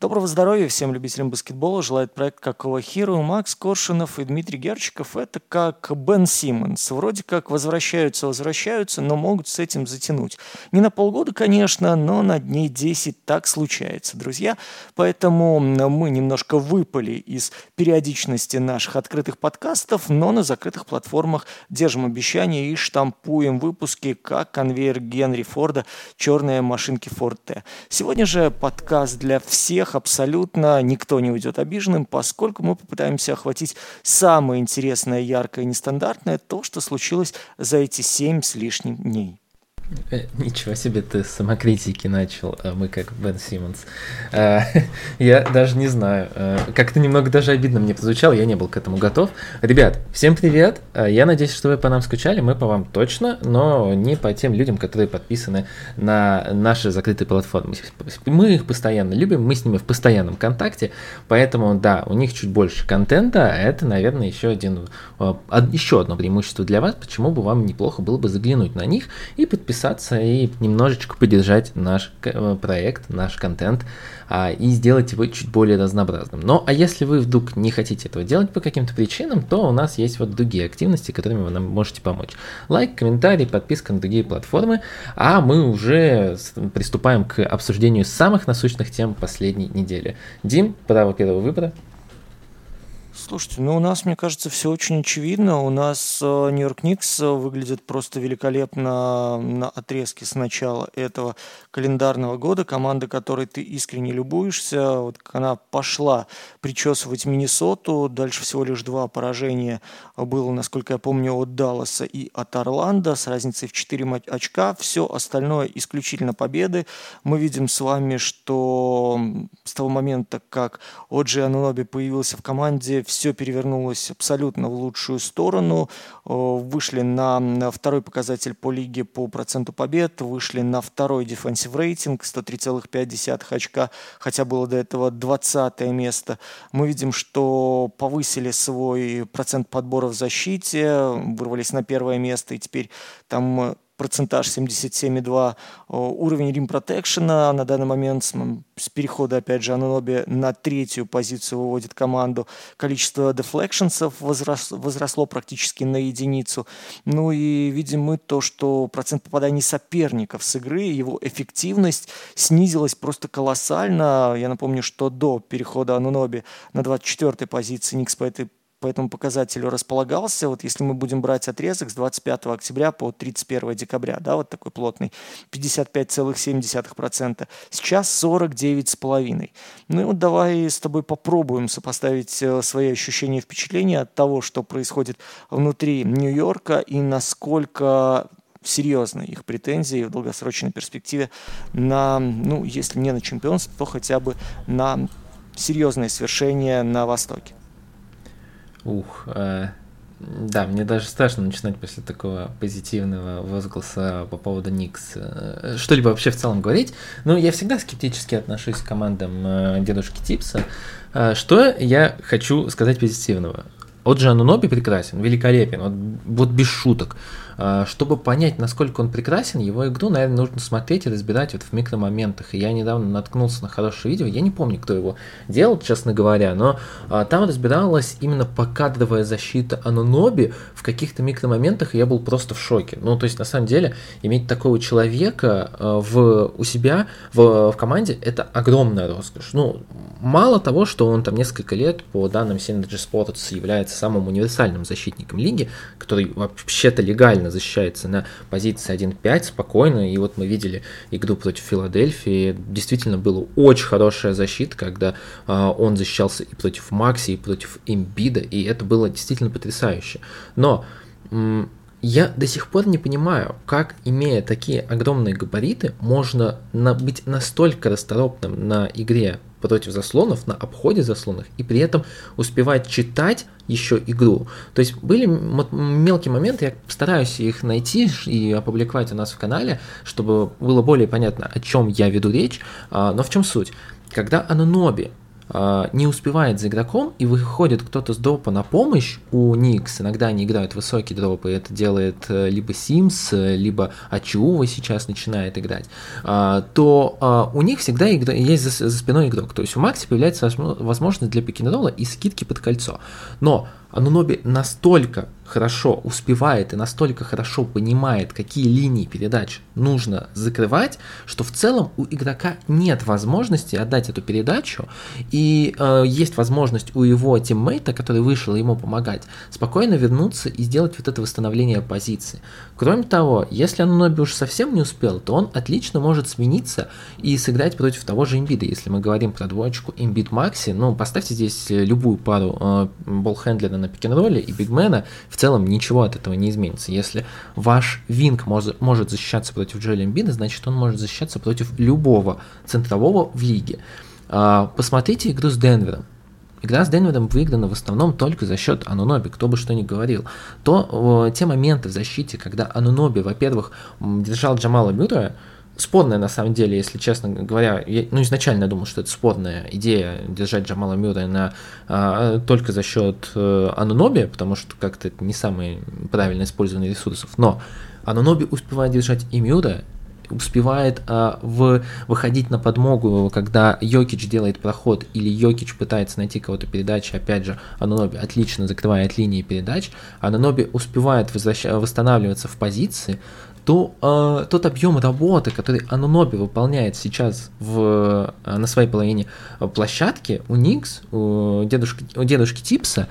Доброго здоровья всем любителям баскетбола. Желает проект «Какого Hero» Макс Коршунов и Дмитрий Герчиков. Это как Бен Симмонс. Вроде как возвращаются, но могут с этим затянуть. Не на полгода, конечно, но на дней 10 так случается, друзья. Поэтому мы немножко выпали из периодичности наших открытых подкастов, но на закрытых платформах держим обещания и штампуем выпуски, как конвейер Генри Форда «Черные машинки Ford T». Сегодня же подкаст для всех, абсолютно никто не уйдет обиженным, поскольку мы попытаемся охватить самое интересное, яркое и нестандартное, то, что случилось за эти 7 с лишним дней. Ничего себе ты самокритики начал, мы как Бен Симмонс. Я даже не знаю, как-то немного даже обидно мне прозвучало, я не был к этому готов. Ребят, всем привет, я надеюсь, что вы по нам скучали, мы по вам точно, но не по тем людям, которые подписаны на наши закрытые платформы. Мы их постоянно любим, мы с ними в постоянном контакте, поэтому да, у них чуть больше контента, это, наверное, еще одно преимущество для вас, почему бы вам неплохо было бы заглянуть на них и подписаться и немножечко поддержать наш проект, наш контент и сделать его чуть более разнообразным. Ну, а если вы вдруг не хотите этого делать по каким-то причинам, то у нас есть вот другие активности, которыми вы нам можете помочь. Лайк, комментарий, подписка на другие платформы, а мы уже приступаем к обсуждению самых насущных тем последней недели. Дим, право первого выбора. Слушайте, у нас, мне кажется, все очень очевидно. У нас Нью-Йорк Никс выглядит просто великолепно на отрезке с начала этого календарного года. Команда, которой ты искренне любуешься, вот она пошла причесывать Миннесоту. Дальше всего лишь 2 поражения было, насколько я помню, от Далласа и от Орландо с разницей в 4 очка. Все остальное исключительно победы. Мы видим с вами, что с того момента, как Оджи Ануноби появился в команде, все перевернулось абсолютно в лучшую сторону. Вышли на второй показатель по лиге по проценту побед, вышли на второй дефенсив рейтинг, 103,5 очка, хотя было до этого 20 место. Мы видим, что повысили свой процент подбора в защите, вырвались на 1 место, и теперь там процентаж 77,2, уровень рим протекшена на данный момент с перехода, опять же, Ануноби на 3-ю позицию выводит команду. Количество дефлекшенсов возросло практически на 1. Ну и видим мы то, что процент попаданий соперников с игры, его эффективность снизилась просто колоссально. Я напомню, что до перехода Ануноби на 24-й позиции Никс по этому показателю располагался. Вот если мы будем брать отрезок с 25 октября по 31 декабря, да, вот такой плотный, 55,7%. Сейчас 49,5%. Ну и вот давай с тобой попробуем сопоставить свои ощущения и впечатления от того, что происходит внутри Нью-Йорка и насколько серьезны их претензии в долгосрочной перспективе на, если не на чемпионство, то хотя бы на серьезные свершения на Востоке. Да, мне даже страшно начинать после такого позитивного возгласа по поводу Никс что-либо вообще в целом говорить. Но я всегда скептически отношусь к командам дедушки Типса. Что я хочу сказать позитивного? Оджи Ануноби прекрасен, великолепен, вот без шуток. Чтобы понять, насколько он прекрасен, его игру, наверное, нужно смотреть и разбирать вот в микромоментах. И я недавно наткнулся на хорошее видео, я не помню, кто его делал, честно говоря, но там разбиралась именно покадровая защита Ануноби в каких-то микромоментах, и я был просто в шоке. Ну, то есть, на самом деле, иметь такого человека у себя в команде, это огромная роскошь. Ну, мало того, что он там несколько лет, по данным Synergy Sports, является самым универсальным защитником лиги, который вообще-то легально защищается на позиции 1-5 спокойно, и вот мы видели игру против Филадельфии, действительно была очень хорошая защита, когда он защищался и против Макси, и против Эмбида, и это было действительно потрясающе. Но я до сих пор не понимаю, как, имея такие огромные габариты, можно быть настолько расторопным на игре против заслонов, на обходе заслонов, и при этом успевать читать еще игру. То есть были мелкие моменты, я постараюсь их найти и опубликовать у нас в канале, чтобы было более понятно, о чем я веду речь, но в чем суть. Когда Ануноби не успевает за игроком, и выходит кто-то с дропа на помощь у Никс, иногда они играют высокие дропы, и это делает либо Sims, либо Ачиува сейчас начинает играть, то у них всегда есть за спиной игрок, то есть у Макси появляется возможность для пик-н-ролла и скидки под кольцо, но Ануноби настолько хорошо успевает и настолько хорошо понимает, какие линии передач нужно закрывать, что в целом у игрока нет возможности отдать эту передачу, и есть возможность у его тиммейта, который вышел ему помогать, спокойно вернуться и сделать вот это восстановление позиции. Кроме того, если Ануноби уж совсем не успел, то он отлично может смениться и сыграть против того же Эмбида. Если мы говорим про двоечку Эмбид-Макси, ну, поставьте здесь любую пару болл-хендлера на пик-н-ролле и бигмена, в целом ничего от этого не изменится. Если ваш винг может защищаться против Джоэля Эмбида, значит он может защищаться против любого центрового в лиге. Посмотрите игру с Денвером. Игра с Денвером выиграна в основном только за счет Ануноби, кто бы что ни говорил. Те моменты в защите, когда Ануноби, во-первых, держал Джамала Мюррея, спорная на самом деле, если честно говоря, изначально я думал, что это спорная идея держать Джамала Мюррея только за счет Ануноби, потому что как-то это не самый правильно использованный ресурсов, но Ануноби успевает держать и Мюррея, успевает выходить на подмогу, когда Йокич делает проход или Йокич пытается найти кого-то передачи, опять же, Ануноби отлично закрывает линии передач, Ануноби успевает восстанавливаться в позиции, то тот объем работы, который Ануноби выполняет сейчас на своей половине площадки у Никс, у дядюшки Типса,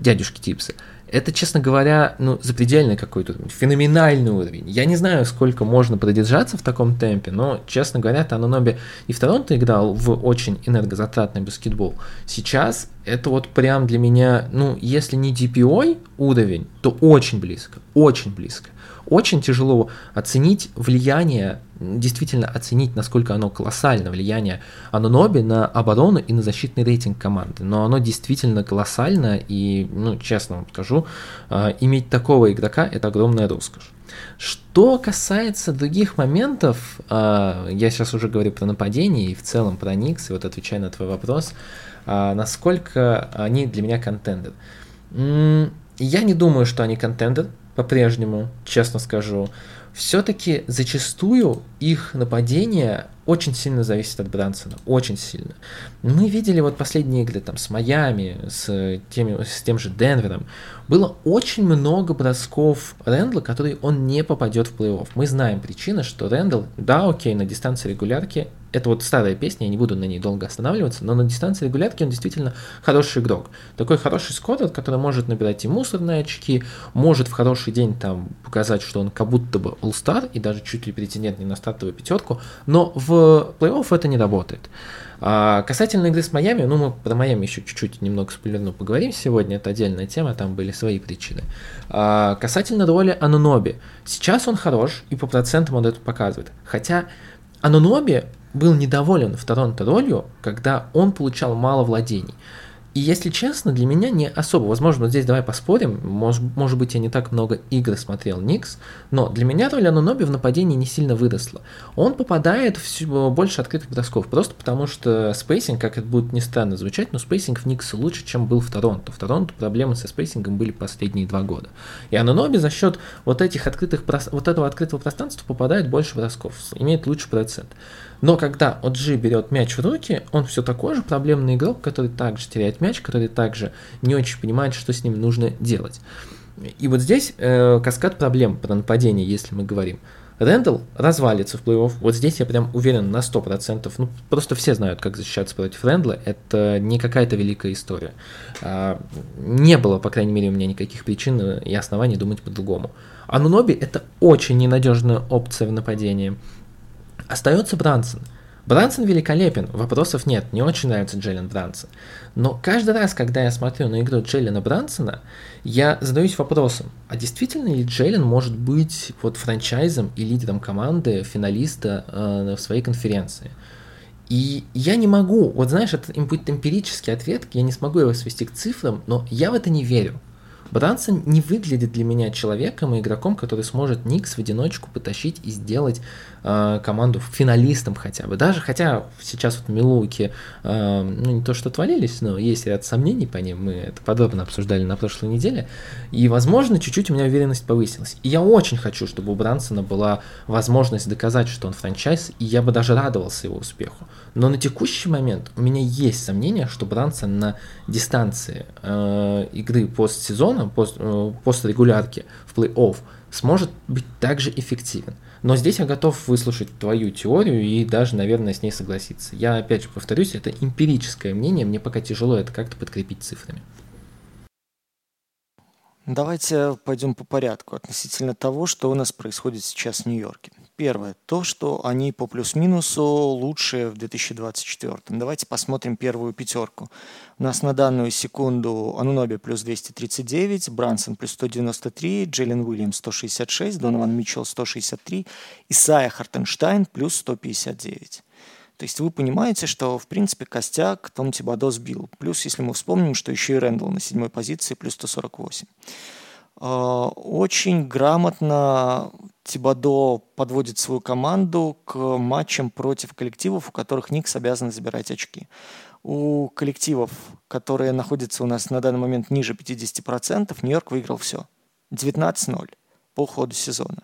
это, честно говоря, запредельный какой-то феноменальный уровень. Я не знаю, сколько можно продержаться в таком темпе, но, честно говоря, Ануноби и в Торонто играл в очень энергозатратный баскетбол. Сейчас это вот прям для меня, если не DPOY уровень, то очень близко, очень близко. Очень тяжело оценить влияние, действительно оценить, насколько оно колоссально, влияние Ануноби на оборону и на защитный рейтинг команды. Но оно действительно колоссально, и, честно вам скажу, иметь такого игрока – это огромная роскошь. Что касается других моментов, я сейчас уже говорю про нападение и в целом про Никс, и вот отвечая на твой вопрос, насколько они для меня контендер. Я не думаю, что они контендер, по-прежнему, честно скажу. Все-таки зачастую их нападение очень сильно зависит от Брансона, очень сильно. Мы видели вот последние игры там с Майами, с тем же Денвером, было очень много бросков Рэндла, которые он не попадет в плей-офф. Мы знаем причину, что Рэндл, да, окей, на дистанции регулярки, это вот старая песня, я не буду на ней долго останавливаться, но на дистанции регулярки он действительно хороший игрок. Такой хороший скоттер, который может набирать и мусорные очки, может в хороший день там показать, что он как будто бы all-star и даже чуть ли претендент не на стартовую пятерку, но в плей-офф это не работает. Касательно игры с Майами, мы про Майами еще чуть-чуть немного спойлерну поговорим сегодня, это отдельная тема, там были свои причины. Касательно роли Ануноби, сейчас он хорош, и по процентам он это показывает. Хотя Ануноби был недоволен в Торонто ролью, когда он получал мало владений. И если честно, для меня не особо, возможно, вот здесь давай поспорим, может быть, я не так много игр смотрел Никс, но для меня роль Ануноби в нападении не сильно выросла. Он попадает в больше открытых бросков, просто потому что спейсинг, как это будет не странно звучать, но спейсинг в Никс лучше, чем был в Торонто. В Торонто проблемы со спейсингом были последние 2 года. И Ануноби за счет вот этого открытого пространства попадает больше бросков, имеет лучший процент. Но когда OG берет мяч в руки, он все такой же проблемный игрок, который также теряет мяч, который также не очень понимает, что с ним нужно делать. И вот здесь каскад проблем про нападение, если мы говорим. Рэндл развалится в плей-офф. Вот здесь я прям уверен на 100%. Просто все знают, как защищаться против Рэндла. Это не какая-то великая история. Не было, по крайней мере, у меня никаких причин и оснований думать по-другому. Ануноби – это очень ненадежная опция в нападении. Остается Брансон. Брансон великолепен, вопросов нет, мне очень нравится Джейлен Брансон. Но каждый раз, когда я смотрю на игру Джейлена Брансона, я задаюсь вопросом, а действительно ли Джейлен может быть вот франчайзом и лидером команды, финалиста в своей конференции? И я не могу, вот знаешь, это будет эмпирический ответ, я не смогу его свести к цифрам, но я в это не верю. Брансон не выглядит для меня человеком и игроком, который сможет Никс в одиночку потащить и сделать команду финалистом хотя бы. Даже хотя сейчас вот Милуоки, не то что отвалились, но есть ряд сомнений по ним, мы это подробно обсуждали на прошлой неделе, и, возможно, чуть-чуть у меня уверенность повысилась. И я очень хочу, чтобы у Брансона была возможность доказать, что он франчайз, и я бы даже радовался его успеху. Но на текущий момент у меня есть сомнение, что Брансон на дистанции игры постсезона, пострегулярки в плей-офф сможет быть также эффективен. Но здесь я готов выслушать твою теорию и даже, наверное, с ней согласиться. Я, опять же, повторюсь, это эмпирическое мнение, мне пока тяжело это как-то подкрепить цифрами. Давайте пойдем по порядку относительно того, что у нас происходит сейчас в Нью-Йорке. Первое, то, что они по плюс-минусу лучшие в 2024. Давайте посмотрим первую пятерку. У нас на данную секунду Ануноби плюс 239, Брансон плюс 193, Джейлен Уильямс 166, Донован Митчелл 163, Исайя Хартенштайн плюс 159. То есть вы понимаете, что, в принципе, костяк Том Тибадо сбил. Плюс, если мы вспомним, что еще и Рэндалл на 7-й позиции плюс 148. Очень грамотно Тибадо подводит свою команду к матчам против коллективов, у которых Никс обязаны забирать очки. У коллективов, которые находятся у нас на данный момент ниже 50%, Нью-Йорк выиграл все. 19-0 по ходу сезона.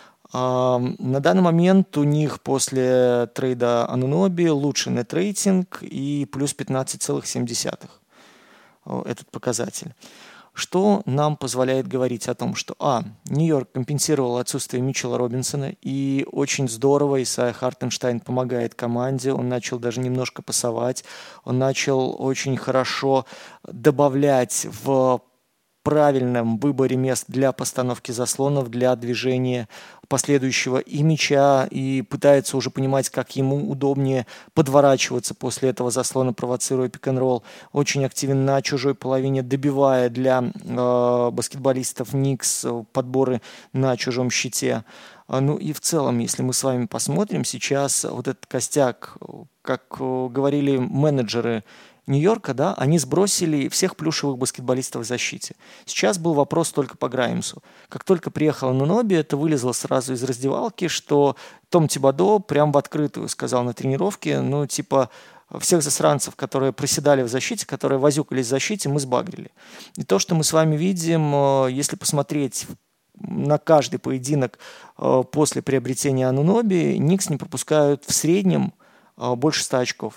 На данный момент у них после трейда Ануноби лучший нет-рейтинг и плюс 15,7 этот показатель. Что нам позволяет говорить о том, что Нью-Йорк компенсировал отсутствие Митчелла Робинсона, и очень здорово Исайя Хартенштайн помогает команде, он начал даже немножко пасовать, он начал очень хорошо добавлять в правильном выборе мест для постановки заслонов, для движения последующего и мяча, и пытается уже понимать, как ему удобнее подворачиваться после этого заслона, провоцируя пик-н-ролл. Очень активен на чужой половине, добивая для баскетболистов Никс подборы на чужом щите. Ну и в целом, если мы с вами посмотрим, сейчас вот этот костяк, как говорили менеджеры Нью-Йорка, да, они сбросили всех плюшевых баскетболистов в защите. Сейчас был вопрос только по Граймсу. Как только приехал Ануноби, это вылезло сразу из раздевалки, что Том Тибадо прям в открытую сказал на тренировке, всех засранцев, которые проседали в защите, которые возюкались в защите, мы сбагрили. И то, что мы с вами видим, если посмотреть на каждый поединок после приобретения Ануноби, Никс не пропускают в среднем больше 100 очков,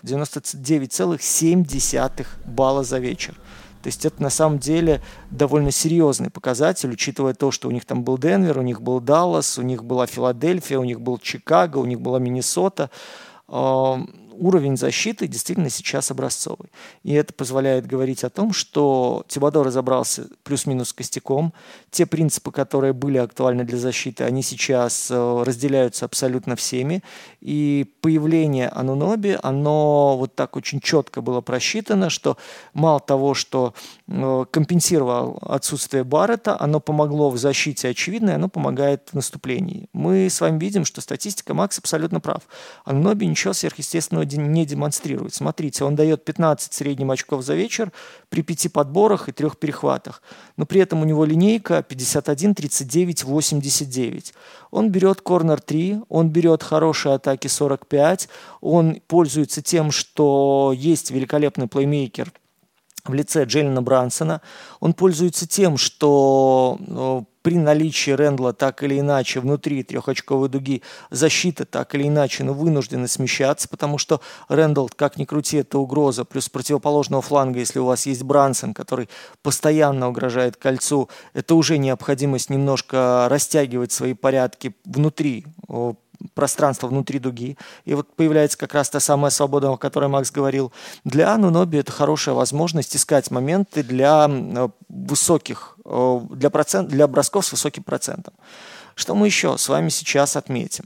99,7 балла за вечер. То есть это на самом деле довольно серьезный показатель, учитывая то, что у них там был Денвер, у них был Даллас, у них была Филадельфия, у них был Чикаго, у них была Миннесота. Уровень защиты действительно сейчас образцовый. И это позволяет говорить о том, что Тибадо разобрался плюс-минус с костяком. Те принципы, которые были актуальны для защиты, они сейчас разделяются абсолютно всеми. И появление Ануноби, оно вот так очень четко было просчитано, что мало того, что компенсировало отсутствие Баррета, оно помогло в защите, очевидно, и оно помогает в наступлении. Мы с вами видим, что статистика Макс абсолютно прав. Ануноби ничего сверхъестественного не демонстрирует. Смотрите, он дает 15 средним очков за вечер при 5 подборах и 3 перехватах. Но при этом у него линейка 51, 39, 89. Он берет корнер 3, он берет хорошие атаки 45, он пользуется тем, что есть великолепный плеймейкер в лице Джейлена Брансона. Он пользуется тем, что при наличии Рэндла так или иначе внутри трехочковой дуги защита так или иначе вынуждена смещаться, потому что Рэндл, как ни крути, это угроза. Плюс с противоположного фланга, если у вас есть Брансон, который постоянно угрожает кольцу, это уже необходимость немножко растягивать свои порядки внутри пространство внутри дуги. И вот появляется как раз та самая свобода, о которой Макс говорил. Для Ануноби это хорошая возможность искать моменты для высоких, для бросков с высоким процентом. Что мы еще с вами сейчас отметим?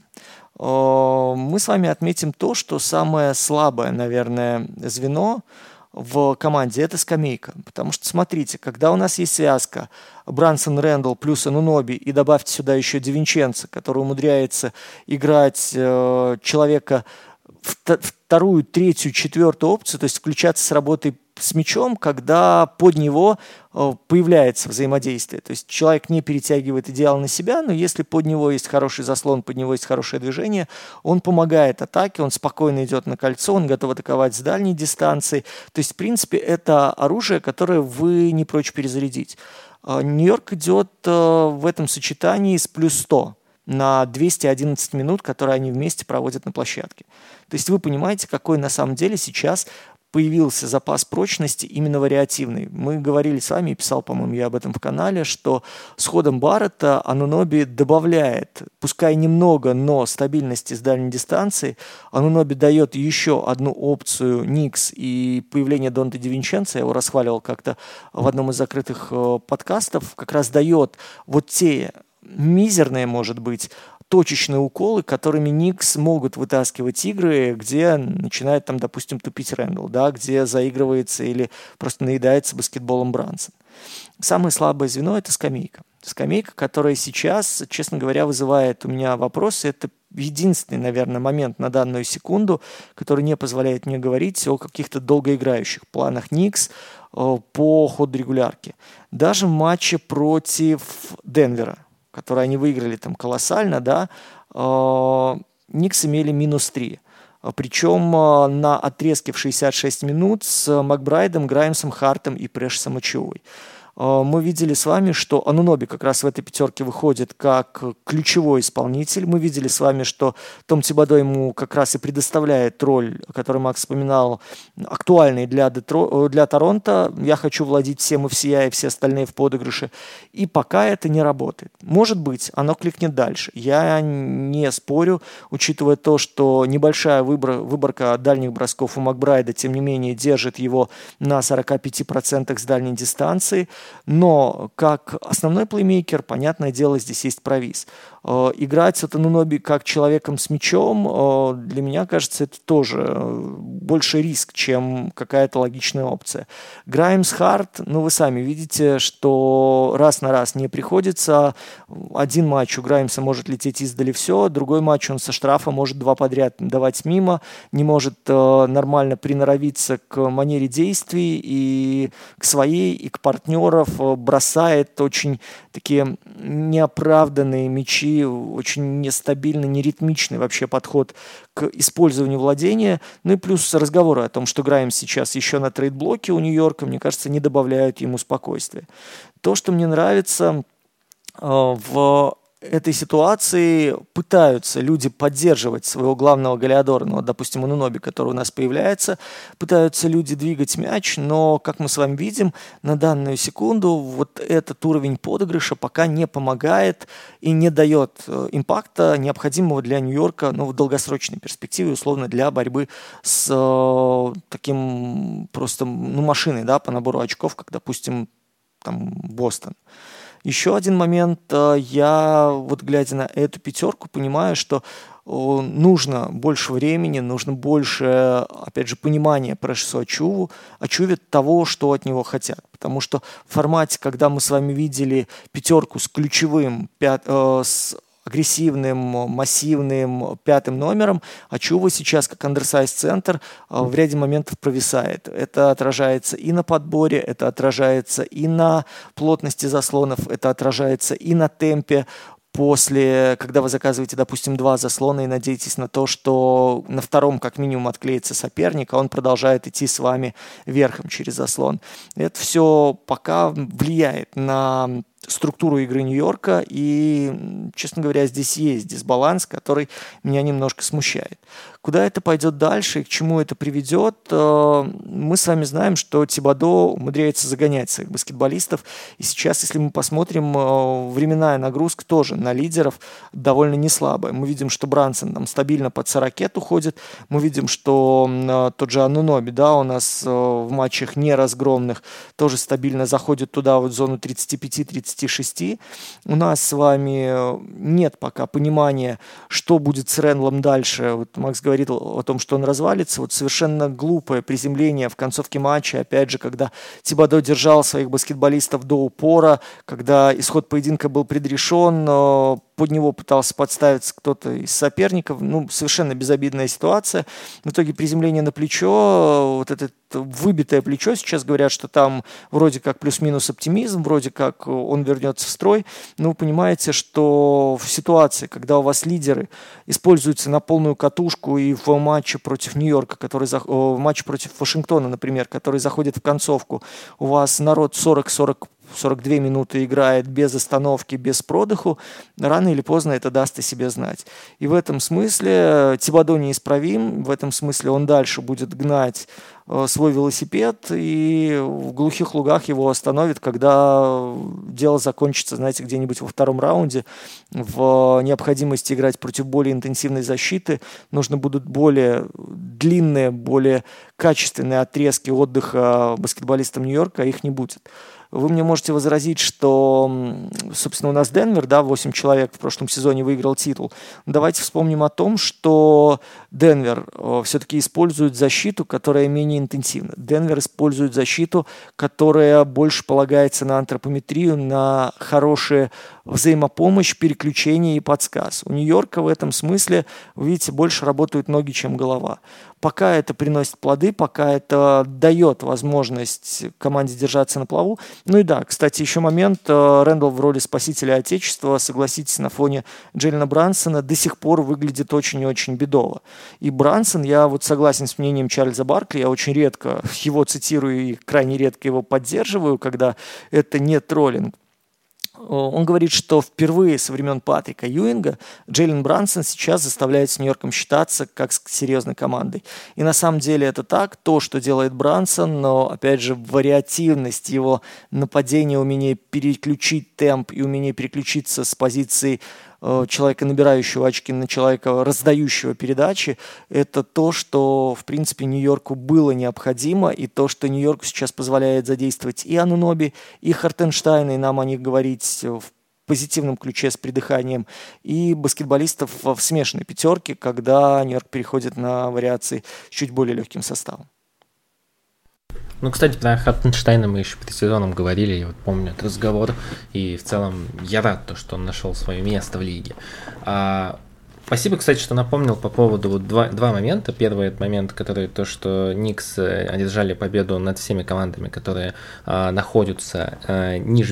Мы с вами отметим то, что самое слабое, наверное, звено в команде – это скамейка. Потому что, смотрите, когда у нас есть связка Брансон, Рэндалл плюс Ануноби, и добавьте сюда еще Дивинченцо, который умудряется играть человека вторую, третью, четвертую опцию, то есть включаться с работой с мячом, когда под него появляется взаимодействие. То есть человек не перетягивает идеал на себя, но если под него есть хороший заслон, под него есть хорошее движение, он помогает атаке, он спокойно идет на кольцо, он готов атаковать с дальней дистанции. То есть, в принципе, это оружие, которое вы не прочь перезарядить. Нью-Йорк идет в этом сочетании с плюс 100 на 211 минут, которые они вместе проводят на площадке. То есть вы понимаете, какой на самом деле сейчас появился запас прочности именно вариативный. Мы говорили с вами, и писал, по-моему, я об этом в канале, что с ходом Баррета Ануноби добавляет, пускай немного, но стабильности с дальней дистанции. Ануноби дает еще одну опцию Никс и появление Донте Ди Винченцо, я его расхваливал как-то в одном из закрытых подкастов, как раз дает вот те мизерные, может быть, точечные уколы, которыми Никс могут вытаскивать игры, где начинает там, допустим, тупить Рэндалл, да, где заигрывается или просто наедается баскетболом Брансон. Самое слабое звено – это скамейка. Скамейка, которая сейчас, честно говоря, вызывает у меня вопросы. Это единственный, наверное, момент на данную секунду, который не позволяет мне говорить о каких-то долгоиграющих планах Никс по ходу регулярки. Даже в матче против Денвера, которые они выиграли там колоссально, да, Никс имели -3. Причем на отрезке в 66 минут с Макбрайдом, Граймсом, Хартом и Прэшесом Ачиовой. Мы видели с вами, что Ануноби как раз в этой пятерке выходит как ключевой исполнитель. Мы видели с вами, что Том Тибодо ему как раз и предоставляет роль, о которой Макс вспоминал, актуальной для Торонто. Я хочу владеть всем и всея, и все остальные в подыгрыше. И пока это не работает. Может быть, оно кликнет дальше. Я не спорю, учитывая то, что небольшая выборка дальних бросков у Макбрайда, тем не менее, держит его на 45% с дальней дистанции. Но как основной плеймейкер, понятное дело, здесь есть провис. Играть с Ануноби как человеком с мячом, для меня кажется, это тоже больше риск, чем какая-то логичная опция. Граймс, Харт, ну вы сами видите, что раз на раз не приходится. Один матч у Граймса может лететь издали все, другой матч он со штрафа может 2 подряд давать мимо, не может нормально приноровиться к манере действий и к своей, и к партнеров, бросает очень такие неоправданные мячи, очень нестабильный, неритмичный вообще подход к использованию владения. Ну и плюс разговоры о том, что Граймс сейчас еще на трейд-блоке у Нью-Йорка, мне кажется, не добавляют ему спокойствия. То, что мне нравится в этой ситуации, пытаются люди поддерживать своего главного голеадора, ну, допустим, Ануноби, который у нас появляется, пытаются люди двигать мяч, но, как мы с вами видим, на данную секунду вот этот уровень подыгрыша пока не помогает и не дает импакта, необходимого для Нью-Йорка, ну, в долгосрочной перспективе, условно, для борьбы с таким просто, ну, машиной, да, по набору очков, как, допустим, там, Бостон. Еще один момент, я вот глядя на эту пятерку понимаю, что нужно больше времени, нужно больше, опять же, понимания Прэшесу Ачиове того, что от него хотят. Потому что в формате, когда мы с вами видели пятерку с ключевым, с агрессивным, массивным 5-м номером, Ачиова сейчас, как андерсайз-центр, в ряде моментов провисает. Это отражается и на подборе, это отражается и на плотности заслонов, это отражается и на темпе. Когда вы заказываете, допустим, 2 заслона и надеетесь на то, что на втором как минимум отклеится соперник, а он продолжает идти с вами верхом через заслон. Это все пока влияет на структуру игры Нью-Йорка, и, честно говоря, здесь есть дисбаланс, который меня немножко смущает. Куда это пойдет дальше и к чему это приведет, мы с вами знаем, что Тибодо умудряется загонять своих баскетболистов, и сейчас, если мы посмотрим, временная нагрузка тоже на лидеров довольно не слабая. Мы видим, что Брансон там стабильно под 40 уходит, мы видим, что тот же Ануноби, да, у нас в матчах неразгромных тоже стабильно заходит туда, вот в зону 35-36. У нас с вами нет пока понимания, что будет с Рэндаллом дальше. Вот Макс говорит о том, что он развалится. Вот совершенно глупое приземление в концовке матча, опять же, когда Тибодо держал своих баскетболистов до упора, когда исход поединка был предрешен, под него пытался подставиться кто-то из соперников. Ну, совершенно безобидная ситуация. В итоге приземление на плечо, вот это выбитое плечо, сейчас говорят, что там вроде как плюс-минус оптимизм, вроде как он вернется в строй. Но вы понимаете, что в ситуации, когда у вас лидеры используются на полную катушку и в матче против Нью-Йорка, в матче против Вашингтона, например, который заходит в концовку, у вас народ 42 минуты играет без остановки, без продыху, рано или поздно это даст о себе знать. И в этом смысле Тибадо неисправим, в этом смысле он дальше будет гнать свой велосипед, и в глухих лугах его остановит, когда дело закончится, знаете, где-нибудь во втором раунде, в необходимости играть против более интенсивной защиты. Нужно будут более длинные, более качественные отрезки отдыха баскетболистам Нью-Йорка, а их не будет. Вы мне можете возразить, что, собственно, у нас Денвер, да, 8 человек в прошлом сезоне выиграл титул. Давайте вспомним о том, что Денвер все-таки использует защиту, которая менее интенсивна. Денвер использует защиту, которая больше полагается на антропометрию, на хорошую взаимопомощь, переключение и подсказ. У Нью-Йорка в этом смысле, вы видите, больше работают ноги, чем голова. Пока это приносит плоды, пока это дает возможность команде держаться на плаву. Ну и да, кстати, еще момент. Рэндалл в роли спасителя Отечества, согласитесь, на фоне Джейлена Брансона до сих пор выглядит очень и очень бедово. И Брансон, я вот согласен с мнением Чарльза Баркли, я очень редко его цитирую и крайне редко его поддерживаю, когда это не троллинг. Он говорит, что впервые со времен Патрика Юинга Джейлен Брансон сейчас заставляет с Нью-Йорком считаться как с серьезной командой. И на самом деле это так. То, что делает Брансон, но, опять же, вариативность его нападения, умение переключить темп и умение переключиться с позиции человека, набирающего очки, на человека, раздающего передачи, это то, что, в принципе, Нью-Йорку было необходимо, и то, что Нью-Йорку сейчас позволяет задействовать и Ануноби, и Хартенштайна, и нам о них говорить в позитивном ключе с придыханием, и баскетболистов в смешанной пятерке, когда Нью-Йорк переходит на вариации с чуть более легким составом. Ну, кстати, про Хартенштайна мы еще перед сезоном говорили, я вот помню этот разговор, и в целом я рад, что он нашел свое место в лиге. Спасибо, кстати, что напомнил по поводу вот два момента. Первый момент, который то, что Никс одержали победу над всеми командами, которые находятся ниже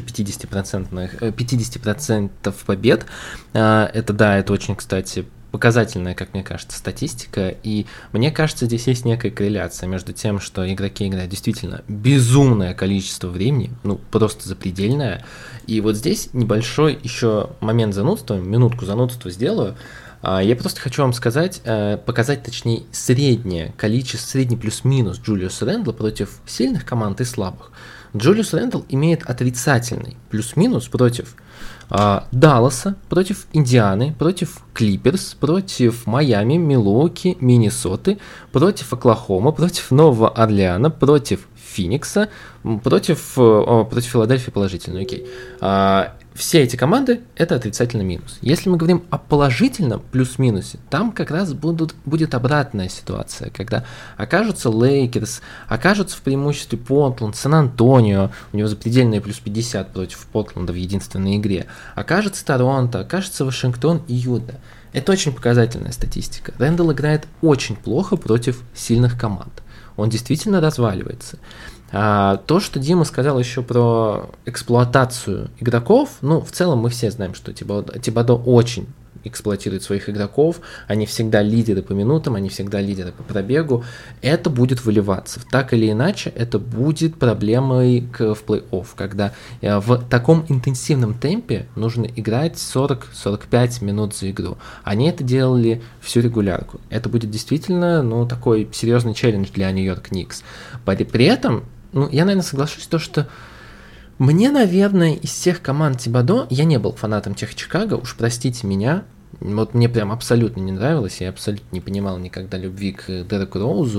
50% побед. Это да, это очень, кстати, показательная, как мне кажется, статистика, и мне кажется, здесь есть некая корреляция между тем, что игроки играют действительно безумное количество времени, ну, просто запредельное, и вот здесь небольшой еще момент занудства, минутку занудства сделаю. Я просто хочу вам сказать, показать, точнее, среднее количество, средний плюс-минус Джулиуса Рэндалла против сильных команд и слабых. Джулиус Рэндалл имеет отрицательный плюс-минус против Далласа, против Индианы, против Клиперс, против Майами, Милуоки, Миннесоты, против Оклахома, против Нового Орлеана, против Феникса, против Филадельфии положительно, окей. Все эти команды – это отрицательный минус. Если мы говорим о положительном плюс-минусе, там как раз будет обратная ситуация, когда окажутся Лейкерс, окажутся в преимуществе Портленд, Сан-Антонио, у него запредельные плюс 50 против Портленда в единственной игре, окажется Торонто, окажется Вашингтон и Юта. Это очень показательная статистика. Рэндалл играет очень плохо против сильных команд. Он действительно разваливается. То, что Дима сказал еще про эксплуатацию игроков, ну, в целом мы все знаем, что Тибадо очень эксплуатирует своих игроков, они всегда лидеры по минутам, они всегда лидеры по пробегу, это будет выливаться. Так или иначе, это будет проблемой в плей-офф, когда в таком интенсивном темпе нужно играть 40-45 минут за игру. Они это делали всю регулярку. Это будет действительно, ну, такой серьезный челлендж для Нью-Йорк Никс. При этом, ну, я, наверное, соглашусь, что мне, наверное, из всех команд Тибадо, я не был фанатом тех Чикаго, уж простите меня, вот мне прям абсолютно не нравилось, я абсолютно не понимал никогда любви к Дереку Роузу,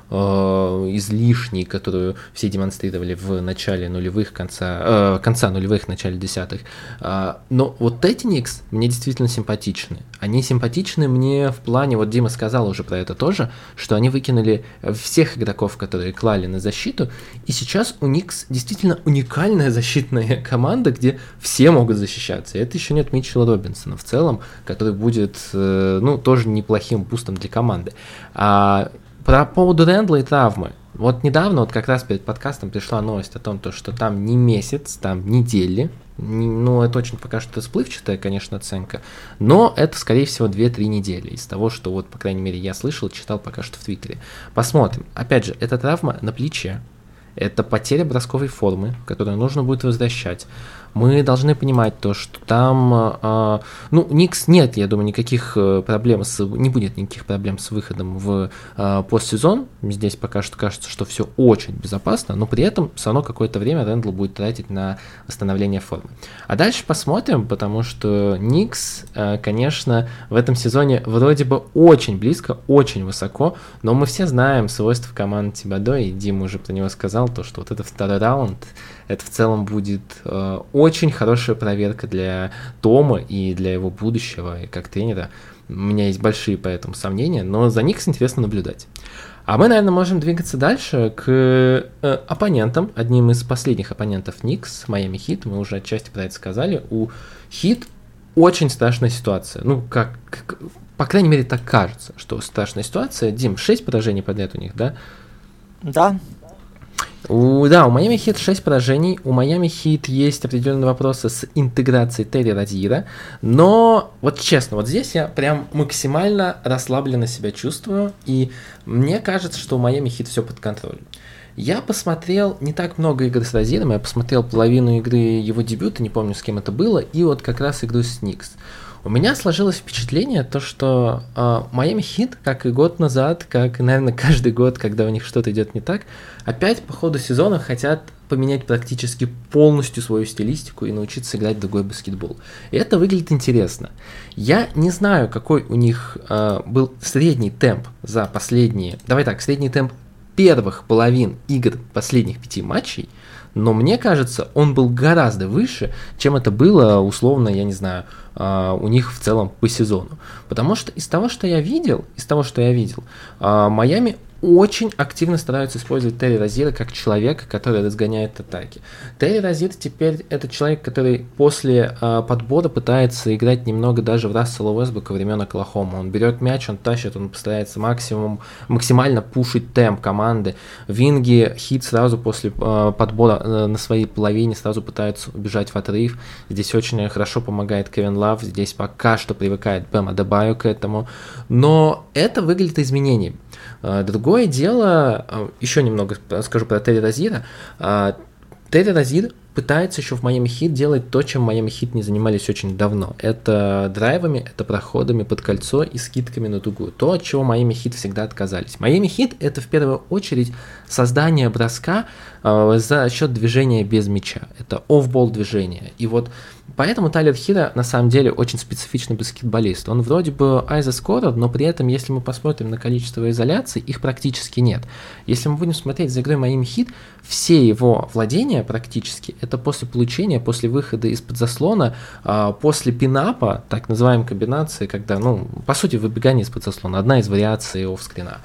излишней, которую все демонстрировали в начале нулевых, конца нулевых, начале десятых. Но вот эти Никс мне действительно симпатичны. Они симпатичны мне в плане, вот Дима сказал уже про это тоже, что они выкинули всех игроков, которые клали на защиту, и сейчас у Никс действительно уникальная защитная команда, где все могут защищаться. И это еще нет Митчелла Робинсона в целом, который будет, тоже неплохим бустом для команды. По поводу Рэндла и травмы. Вот недавно, вот как раз перед подкастом пришла новость о том, что там не месяц, там недели. Это очень пока что всплывчатая, конечно, оценка, но это, скорее всего, 2-3 недели из того, что вот, по крайней мере, я слышал, читал пока что в Твиттере. Посмотрим. Опять же, это травма на плече. Это потеря бросковой формы, которую нужно будет возвращать. Мы должны понимать то, что там, Никс нет, я думаю, не будет никаких проблем с выходом в постсезон. Здесь пока что кажется, что все очень безопасно, но при этом все равно какое-то время Рэндл будет тратить на восстановление формы. А дальше посмотрим, потому что Никс, конечно, в этом сезоне вроде бы очень близко, очень высоко, но мы все знаем свойства команды Тибадо, и Дима уже про него сказал, то, что вот это второй раунд, это в целом будет очень хорошая проверка для Тома и для его будущего, и как тренера. У меня есть большие по этому сомнения, но за Никс интересно наблюдать. А мы, наверное, можем двигаться дальше к оппонентам. Одним из последних оппонентов Никс, Майами Хит, мы уже отчасти про это сказали. У Хит очень страшная ситуация. По крайней мере, так кажется, что страшная ситуация. Дим, 6 поражений подряд у них, да? Да. У Майами Хит 6 поражений, у Майами Хит есть определенные вопросы с интеграцией Терри Розьера, но вот честно, вот здесь я прям максимально расслабленно себя чувствую, и мне кажется, что у Майами Хит все под контролем. Я посмотрел не так много игр с Розьером, я посмотрел половину игры его дебюта, не помню, с кем это было, и вот как раз игру с Никс. У меня сложилось впечатление, что Майами Хит, как и год назад, как, наверное, каждый год, когда у них что-то идет не так, опять по ходу сезона хотят поменять практически полностью свою стилистику и научиться играть в другой баскетбол. И это выглядит интересно. Я не знаю, какой у них был средний темп за последние... средний темп первых половин игр последних 5 матчей, но мне кажется, он был гораздо выше, чем это было, условно, я не знаю, у них в целом по сезону. Потому что из того, что я видел, Майами очень активно стараются использовать Терри Розьера как человека, который разгоняет атаки. Терри Розьер теперь это человек, который после подбора пытается играть немного даже в Рассела Уэсбрука времен Оклахомы. Он берет мяч, он тащит, он постарается максимально пушить темп команды. Винги Хит сразу после подбора на своей половине сразу пытаются убежать в отрыв. Здесь очень хорошо помогает Кевин Лав, здесь пока что привыкает Бэм Адебайо к этому. Но это выглядит изменением. Другое дело, еще немного скажу про Терри Розьера. Терри Розьер пытается еще в Майами Хит делать то, чем Майами Хит не занимались очень давно. Это драйвами, это проходами под кольцо и скидками на дугу. То, от чего Майами Хит всегда отказались. Майами Хит — это в первую очередь создание броска за счет движения без мяча. Это оффбол движение. И вот поэтому Тайлер Хиро на самом деле очень специфичный баскетболист. Он вроде бы айзо-скорер, но при этом, если мы посмотрим на количество изоляций, их практически нет. Если мы будем смотреть за игрой Майами Хит, все его владения практически это после получения, после выхода из-под заслона, после пинапа, так называемой комбинации, когда, по сути, выбегание из-под заслона, одна из вариаций оффскрина.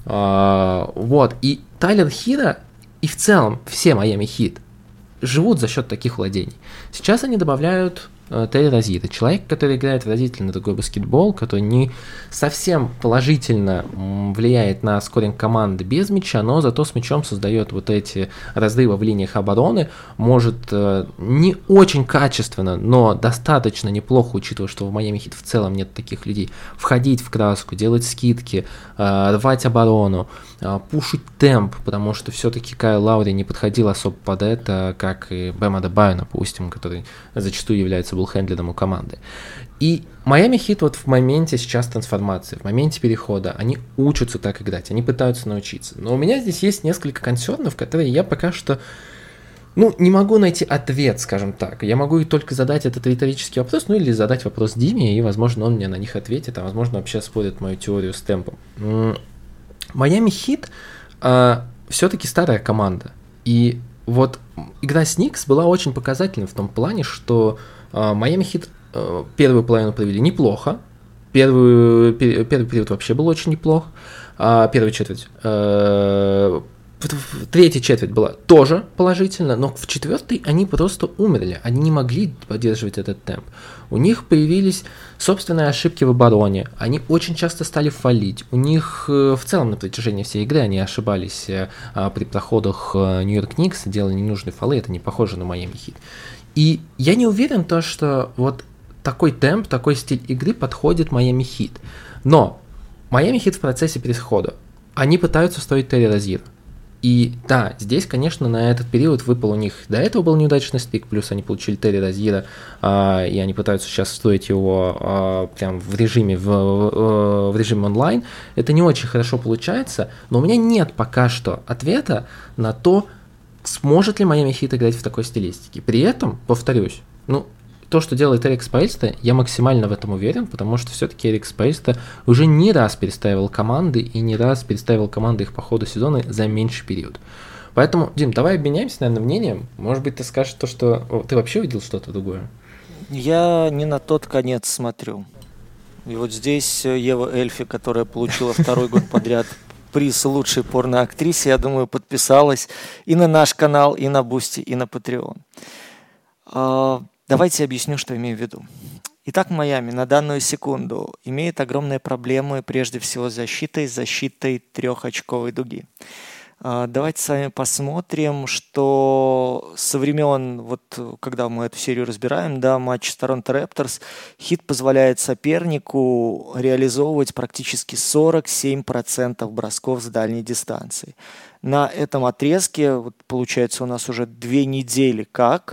И Тайлер Хиро и в целом все Майами Хит живут за счет таких владений. Сейчас они добавляют Терри Розьера, человек, который играет выразительно другой баскетбол, который не совсем положительно влияет на скоринг команды без мяча, но зато с мячом создает вот эти разрывы в линиях обороны, может не очень качественно, но достаточно неплохо, учитывая, что в Майами Хит в целом нет таких людей, входить в краску, делать скидки, рвать оборону, пушить темп, потому что все-таки Кайл Лаури не подходил особо под это, как и Бэм Адебайо, допустим, который зачастую является буллхендлером у команды. И Майами Хит вот в моменте сейчас трансформации, в моменте перехода, они учатся так играть, они пытаются научиться. Но у меня здесь есть несколько консернов, которые я пока что не могу найти ответ, скажем так. Я могу только задать этот риторический вопрос, или задать вопрос Диме, и, возможно, он мне на них ответит, а, возможно, вообще спорит мою теорию с темпом. Майами Хит все-таки старая команда. И вот игра с Никс была очень показательна в том плане, что Miami Heat первую половину провели неплохо. Первый период вообще был очень неплох. Первая четверть. Третья четверть была тоже положительно, но в четвертой они просто умерли. Они не могли поддерживать этот темп. У них появились собственные ошибки в обороне. Они очень часто стали фалить. У них в целом на протяжении всей игры они ошибались при проходах Нью-Йорк Никс, делали ненужные фолы. Это не похоже на Miami Heat. И я не уверен, что вот такой темп, такой стиль игры подходит Miami Heat. Но Miami Heat в процессе перехода. Они пытаются строить Терри Розьер. И да, здесь, конечно, на этот период выпал у них, до этого был неудачный стик, плюс они получили Терри Розьера, и они пытаются сейчас строить его прям в режиме онлайн. Это не очень хорошо получается, но у меня нет пока что ответа на то, сможет ли Miami Heat играть в такой стилистике. При этом, повторюсь, то, что делает Эрик Споэльстра, я максимально в этом уверен, потому что все-таки Эрик Споэльстра уже не раз перестраивал команды и не раз перестраивал команды их по ходу сезона за меньший период. Поэтому, Дим, давай обменяемся, наверное, мнением. Может быть, ты скажешь то, что ты вообще увидел что-то другое? Я не на тот конец смотрю. И вот здесь Ева Эльфи, которая получила второй год подряд приз лучшей порноактрисы, я думаю, подписалась и на наш канал, и на Бусти, и на Patreon. Давайте объясню, что имею в виду. Итак, Майами на данную секунду имеет огромные проблемы, прежде всего, с защитой трехочковой дуги. Давайте с вами посмотрим, что со времен, вот когда мы эту серию разбираем, матч с Торонто Рэпторс, Хит позволяет сопернику реализовывать практически 47% бросков с дальней дистанции. На этом отрезке, получается, у нас уже 2 недели как.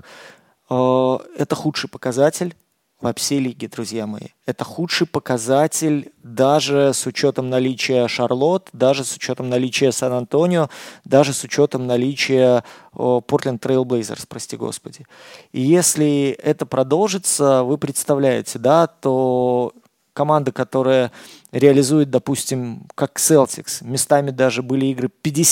Это худший показатель во всей лиге, друзья мои. Это худший показатель даже с учетом наличия Шарлотт, даже с учетом наличия Сан-Антонио, даже с учетом наличия Портленд Трейл Блейзерс, прости господи. И если это продолжится, вы представляете, то команда, которая реализует, допустим, как Celtics, местами даже были игры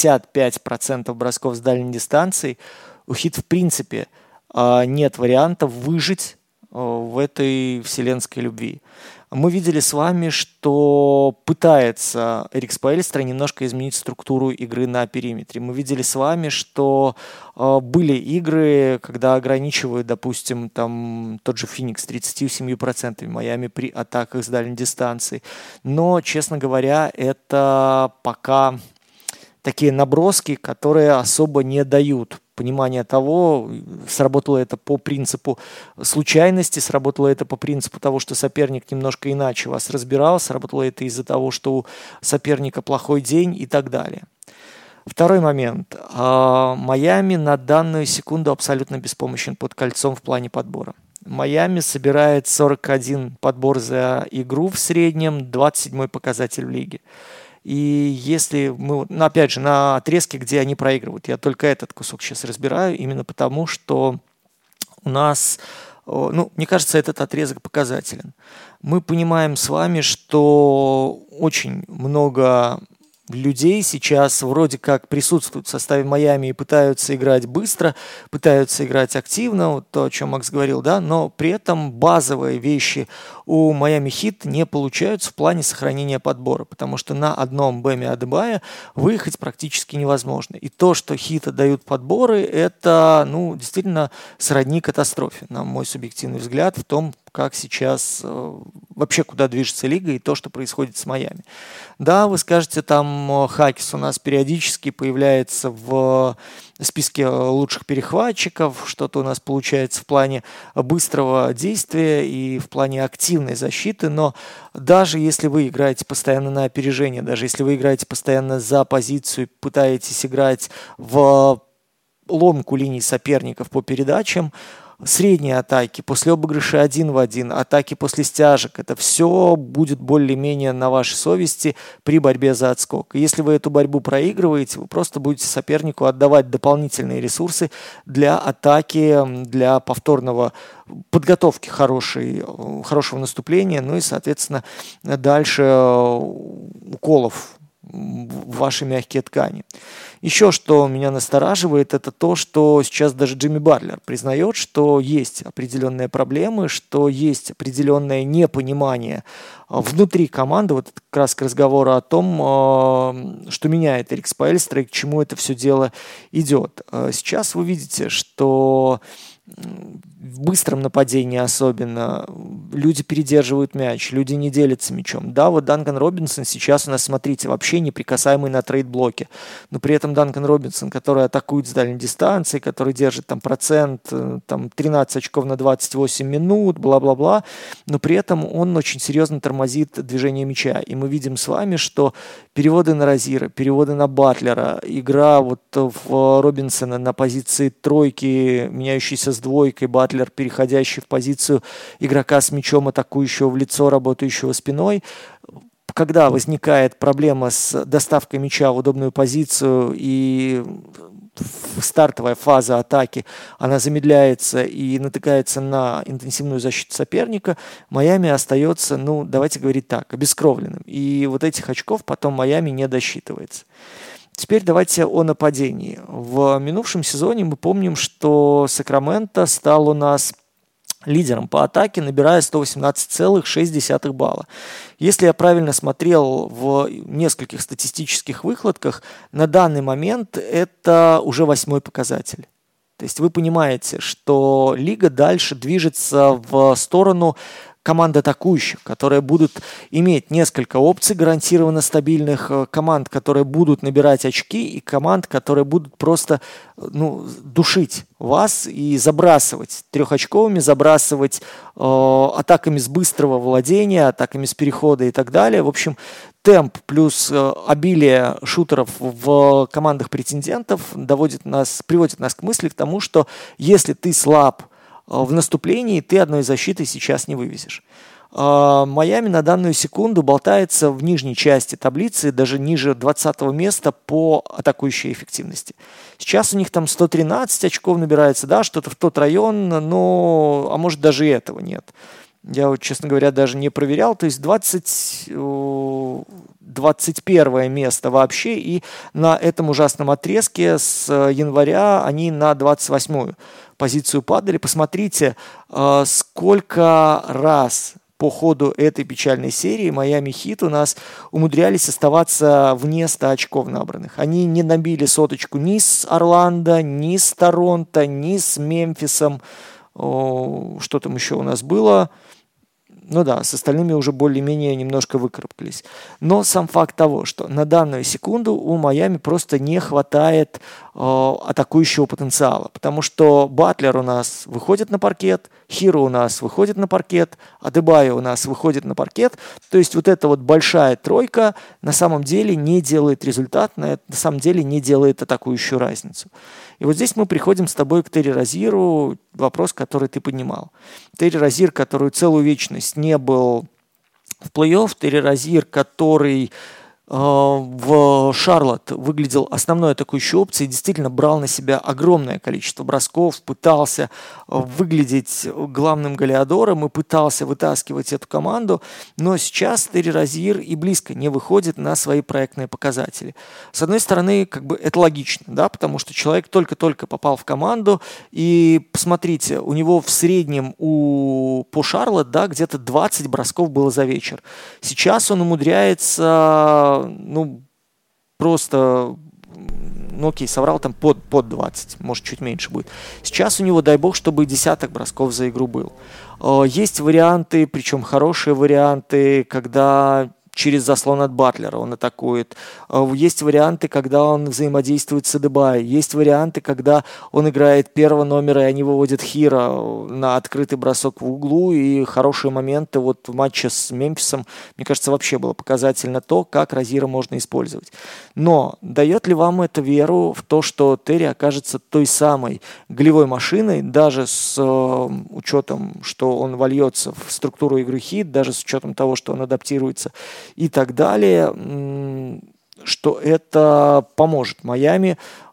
55% бросков с дальней дистанции, у Хит в принципе нет вариантов выжить в этой вселенской любви. Мы видели с вами, что пытается Эрик Споэльстра немножко изменить структуру игры на периметре. Мы видели с вами, что были игры, когда ограничивают, допустим, тот же Феникс 37%, Майами при атаках с дальней дистанции. Но, честно говоря, это пока такие наброски, которые особо не дают понимания того, сработало это по принципу случайности, сработало это по принципу того, что соперник немножко иначе вас разбирал, сработало это из-за того, что у соперника плохой день и так далее. Второй момент. Майами на данную секунду абсолютно беспомощен под кольцом в плане подбора. Майами собирает 41 подбор за игру в среднем, 27-й показатель в лиге. И если мы, опять же, на отрезке, где они проигрывают, я только этот кусок сейчас разбираю, именно потому, что у нас, мне кажется, этот отрезок показателен. Мы понимаем с вами, что очень много людей сейчас вроде как присутствуют в составе Майами и пытаются играть быстро, пытаются играть активно, то, о чем Макс говорил, но при этом базовые вещи у Майами Хит не получаются в плане сохранения подбора, потому что на одном Бэме Адебайо выехать практически невозможно. И то, что Хиты дают подборы, это, действительно сродни катастрофе, на мой субъективный взгляд, в том, как сейчас вообще куда движется лига и то, что происходит с Майами. Да, вы скажете, Хакис у нас периодически появляется в списке лучших перехватчиков, что-то у нас получается в плане быстрого действия и в плане активной защиты, но даже если вы играете постоянно на опережение, даже если вы играете постоянно за позицию, пытаетесь играть в ломку линий соперников по передачам, средние атаки, после обыгрыша 1 в 1, атаки после стяжек, это все будет более-менее на вашей совести при борьбе за отскок. И если вы эту борьбу проигрываете, вы просто будете сопернику отдавать дополнительные ресурсы для атаки, для повторного подготовки хорошего наступления, и, соответственно, дальше уколов в ваши мягкие ткани. Еще что меня настораживает, это то, что сейчас даже Джимми Батлер признает, что есть определенные проблемы, что есть определенное непонимание внутри команды. Вот это как раз к разговору о том, что меняет Эрик Споэльстра и к чему это все дело идет. Сейчас вы видите, что в быстром нападении особенно люди передерживают мяч, люди не делятся мячом. Да, вот Данкан Робинсон сейчас у нас, смотрите, вообще неприкасаемый на трейд-блоке. Но при этом Данкан Робинсон, который атакует с дальней дистанции, который держит там процент, там 13 очков на 28 минут, бла-бла-бла, но при этом он очень серьезно тормозит движение мяча. И мы видим с вами, что переводы на Розира, переводы на Батлера, игра вот в Робинсона на позиции тройки, меняющейся с двойкой, Батлер, переходящий в позицию игрока с мячом, атакующего в лицо, работающего спиной. Когда возникает проблема с доставкой мяча в удобную позицию и стартовая фаза атаки, она замедляется и натыкается на интенсивную защиту соперника, Майами остается, ну, давайте говорить так, обескровленным. И вот этих очков потом Майами не досчитывается. Теперь давайте о нападении. В минувшем сезоне мы помним, что Сакраменто стал у нас лидером по атаке, набирая 118,6 балла. Если я правильно смотрел в нескольких статистических выкладках, на данный момент это уже 8-й показатель. То есть вы понимаете, что лига дальше движется в сторону команд атакующих, которые будут иметь несколько опций гарантированно стабильных, команд, которые будут набирать очки, и команд, которые будут просто душить вас и забрасывать трехочковыми, забрасывать атаками с быстрого владения, атаками с перехода и так далее. В общем, темп плюс обилие шутеров в командах претендентов приводит нас к мысли к тому, что если ты слаб в наступлении, ты одной защитой сейчас не вывезешь. Майами на данную секунду болтается в нижней части таблицы, даже ниже 20-го места по атакующей эффективности. Сейчас у них там 113 очков набирается, да, что-то в тот район, но, а может даже и этого нет. Я вот, честно говоря, даже не проверял, то есть 21 место вообще, и на этом ужасном отрезке с января они на 28-ю позицию падали. Посмотрите, сколько раз по ходу этой печальной серии Майами Хит у нас умудрялись оставаться вне 100 очков набранных. Они не набили соточку ни с Орландо, ни с Торонто, ни с Мемфисом. Что там еще у нас было? Ну да, с остальными уже более-менее немножко выкарабкались. Но сам факт того, что на данную секунду у Майами просто не хватает атакующего потенциала. Потому что Батлер у нас выходит на паркет, Хиро у нас выходит на паркет, Адебайо у нас выходит на паркет. То есть вот эта вот большая тройка на самом деле не делает результат, на самом деле не делает атакующую разницу. И вот здесь мы приходим с тобой к Терри Розиру, вопрос, который ты поднимал. Терри Розир, который целую вечность не был в плей-офф, Терри Розир, который в Шарлотт выглядел основной атакующей опцией, действительно брал на себя огромное количество бросков, пытался выглядеть главным голеадором и пытался вытаскивать эту команду, но сейчас Терри Розир и близко не выходит на свои проектные показатели. С одной стороны, как бы это логично, да, потому что человек только-только попал в команду, и посмотрите, у него в среднем по Шарлотт, да, где-то 20 бросков было за вечер. Сейчас он умудряется просто, окей, соврал там под 20, может, чуть меньше будет. Сейчас у него, дай бог, чтобы десяток бросков за игру был. Есть варианты, причем хорошие варианты, когда через заслон от Батлера он атакует. Есть варианты, когда он взаимодействует с Адебайо. Есть варианты, когда он играет первого номера, и они выводят Хиро на открытый бросок в углу. И хорошие моменты вот в матче с Мемфисом, мне кажется, вообще было показательно то, как Розира можно использовать. Но дает ли вам это веру в то, что Терри окажется той самой голевой машиной, даже с учетом, что он вольется в структуру игры Хит, даже с учетом того, что он адаптируется и так далее, что это поможет Майами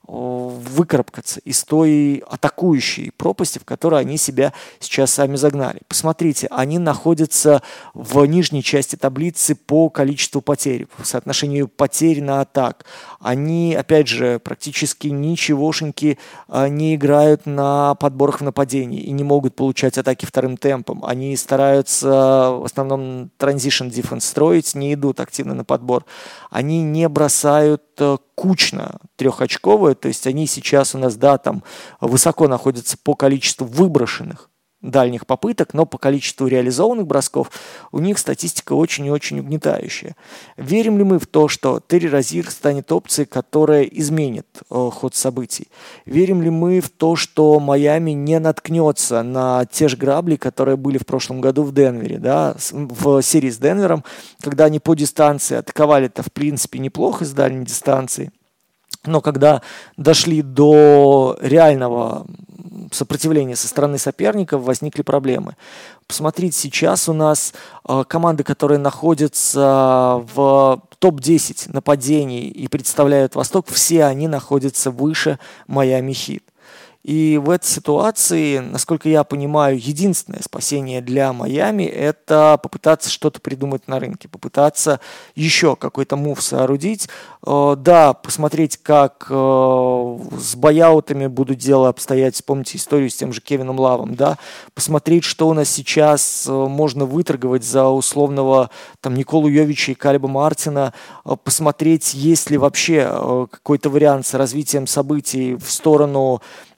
выкарабкаться из той атакующей пропасти, в которой они себя сейчас сами загнали. Посмотрите, они находятся в нижней части таблицы по количеству потерь, по соотношению потерь на атак. Они, опять же, практически ничегошеньки не играют на подборах в нападении и не могут получать атаки вторым темпом. Они стараются в основном transition defense строить, не идут активно на подбор. Они не бросают кучно трехочковые, то есть они сейчас у нас, да, там высоко находятся по количеству выброшенных дальних попыток, но по количеству реализованных бросков у них статистика очень и очень угнетающая. Верим ли мы в то, что Терри Розьер станет опцией, которая изменит ход событий? Верим ли мы в то, что Майами не наткнется на те же грабли, которые были в прошлом году в Денвере, да, в серии с Денвером, когда они по дистанции атаковали-то в принципе неплохо с дальней дистанции, но когда дошли до реального сопротивления со стороны соперников, возникли проблемы. Посмотрите, сейчас у нас команды, которые находятся в топ-10 нападений и представляют Восток, все они находятся выше Майами Хит. И в этой ситуации, насколько я понимаю, единственное спасение для Майами – это попытаться что-то придумать на рынке, попытаться еще какой-то мув соорудить. Да, посмотреть, как с байаутами будут дела обстоять. Вспомните историю с тем же Кевином Лавом, да. Посмотреть, что у нас сейчас можно выторговать за условного там Николу Йовича и Калеба Мартина. Посмотреть, есть ли вообще какой-то вариант с развитием событий в сторону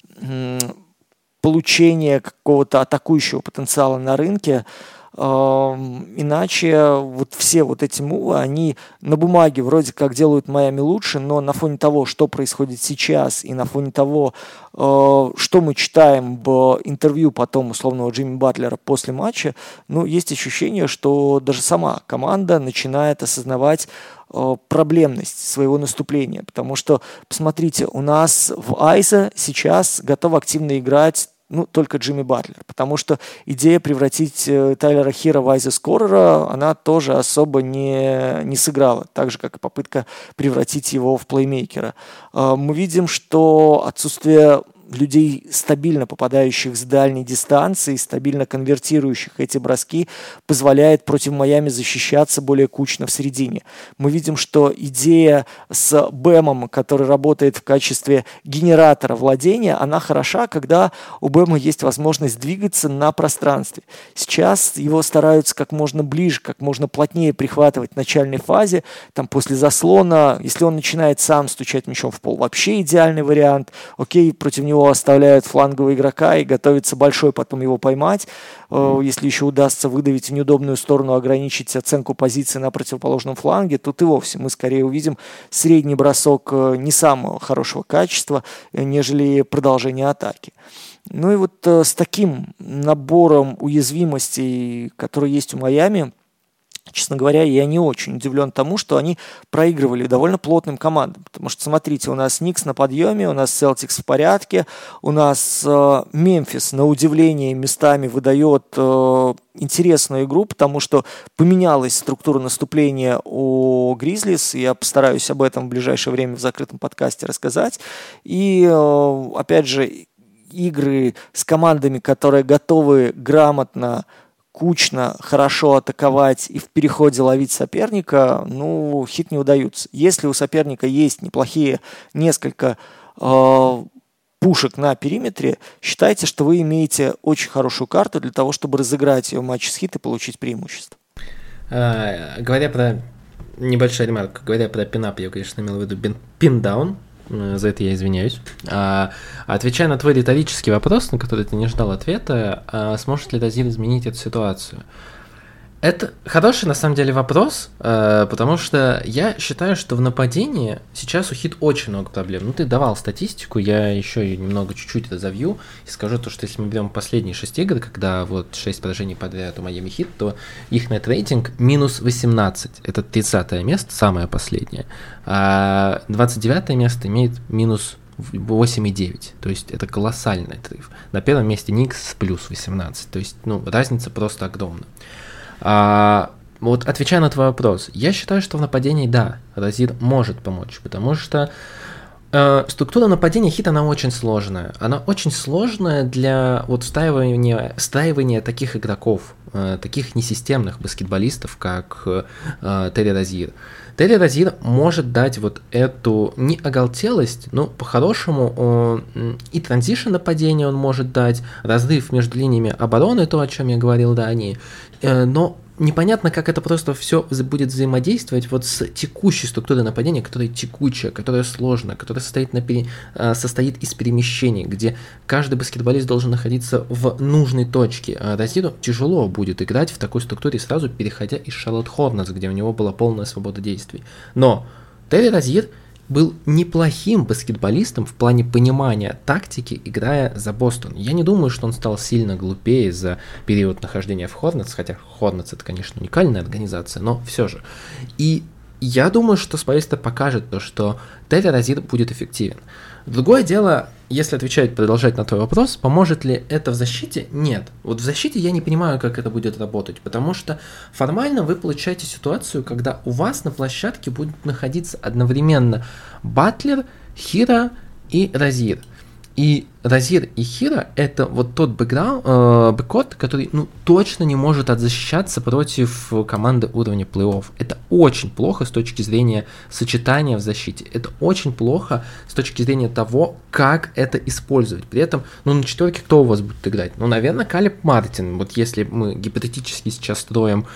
получения какого-то атакующего потенциала на рынке. Иначе вот все вот эти мувы, они на бумаге вроде как делают Майами лучше, но на фоне того, что происходит сейчас, и на фоне того, что мы читаем в интервью потом условного Джимми Батлера после матча, ну, есть ощущение, что даже сама команда начинает осознавать проблемность своего наступления, потому что, посмотрите, у нас в Айза сейчас готов активно играть только Джимми Батлер, потому что идея превратить Тайлера Хира в айза-скорера, она тоже особо не сыграла, так же, как и попытка превратить его в плеймейкера. Мы видим, что отсутствие людей, стабильно попадающих с дальней дистанции, стабильно конвертирующих эти броски, позволяет против Майами защищаться более кучно в середине. Мы видим, что идея с Бэмом, который работает в качестве генератора владения, она хороша, когда у Бэма есть возможность двигаться на пространстве. Сейчас его стараются как можно ближе, как можно плотнее прихватывать в начальной фазе, там после заслона, если он начинает сам стучать мячом в пол, вообще идеальный вариант. Окей, против него оставляют флангового игрока и готовится большой потом его поймать. Если еще удастся выдавить в неудобную сторону, ограничить оценку позиции на противоположном фланге, тут и вовсе мы скорее увидим средний бросок не самого хорошего качества, нежели продолжение атаки. Ну и вот с таким набором уязвимостей, которые есть у Майами, честно говоря, я не очень удивлен тому, что они проигрывали довольно плотным командам. Потому что, смотрите, у нас Никс на подъеме, у нас Селтикс в порядке, у нас Мемфис, на удивление, местами выдает интересную игру, потому что поменялась структура наступления у Гризлис. Я постараюсь об этом в ближайшее время в закрытом подкасте рассказать. И, опять же, игры с командами, которые готовы грамотно, кучно, хорошо атаковать и в переходе ловить соперника, Хит не удаются. Если у соперника есть неплохие несколько пушек на периметре, считайте, что вы имеете очень хорошую карту для того, чтобы разыграть ее в матче с Хит и получить преимущество. Говоря про небольшая ремарка, говоря про пинап, я, конечно, имел в виду пин-даун. За это я извиняюсь. Отвечая на твой риторический вопрос, на который ты не ждал ответа, сможет ли Розьер изменить эту ситуацию? Это хороший, на самом деле, вопрос, потому что я считаю, что в нападении сейчас у Хит очень много проблем. Ты давал статистику, я еще немного чуть-чуть разовью и скажу то, что если мы берем последние 6 игр, когда 6 поражений подряд у Майами Хит, то их нет-рейтинг минус 18. Это 30 место, самое последнее. А 29 место имеет минус 8,9, то есть это колоссальный отрыв. На первом месте Никс плюс 18, то есть разница просто огромна. Отвечая на твой вопрос, я считаю, что в нападении, да, Розьер может помочь, потому что Структура нападения Хит, она очень сложная. Она очень сложная для вот встраивания таких игроков, таких несистемных баскетболистов, как Терри Розьер. Терри Розьер может дать вот эту не оголтелость, но по-хорошему и транзишн нападения он может дать, разрыв между линиями обороны, то, о чем я говорил ранее, но непонятно, как это просто все будет взаимодействовать вот с текущей структурой нападения, которая текучая, которая сложная, которая состоит из перемещений, где каждый баскетболист должен находиться в нужной точке. А Розьеру тяжело будет играть в такой структуре, сразу переходя из Шарлотт Хорнетс, где у него была полная свобода действий. Но Терри Розьер был неплохим баскетболистом в плане понимания тактики, играя за Бостон. Я не думаю, что он стал сильно глупее за период нахождения в Хорнетс, хотя Хорнетс это, конечно, уникальная организация, но все же. И я думаю, что Споэльстер покажет то, что Терри Розьер будет эффективен. Другое дело, если продолжать на твой вопрос, поможет ли это в защите? Нет. Вот в защите я не понимаю, как это будет работать, потому что формально вы получаете ситуацию, когда у вас на площадке будут находиться одновременно Батлер, Хиро и Розьер. И Розьер и Хиро — это вот тот бэккорт, который точно не может отзащищаться против команды уровня плей-офф. Это очень плохо с точки зрения сочетания в защите. Это очень плохо с точки зрения того, как это использовать. При этом, на четверке кто у вас будет играть? Наверное, Калеб Мартин. Вот если мы гипотетически сейчас строим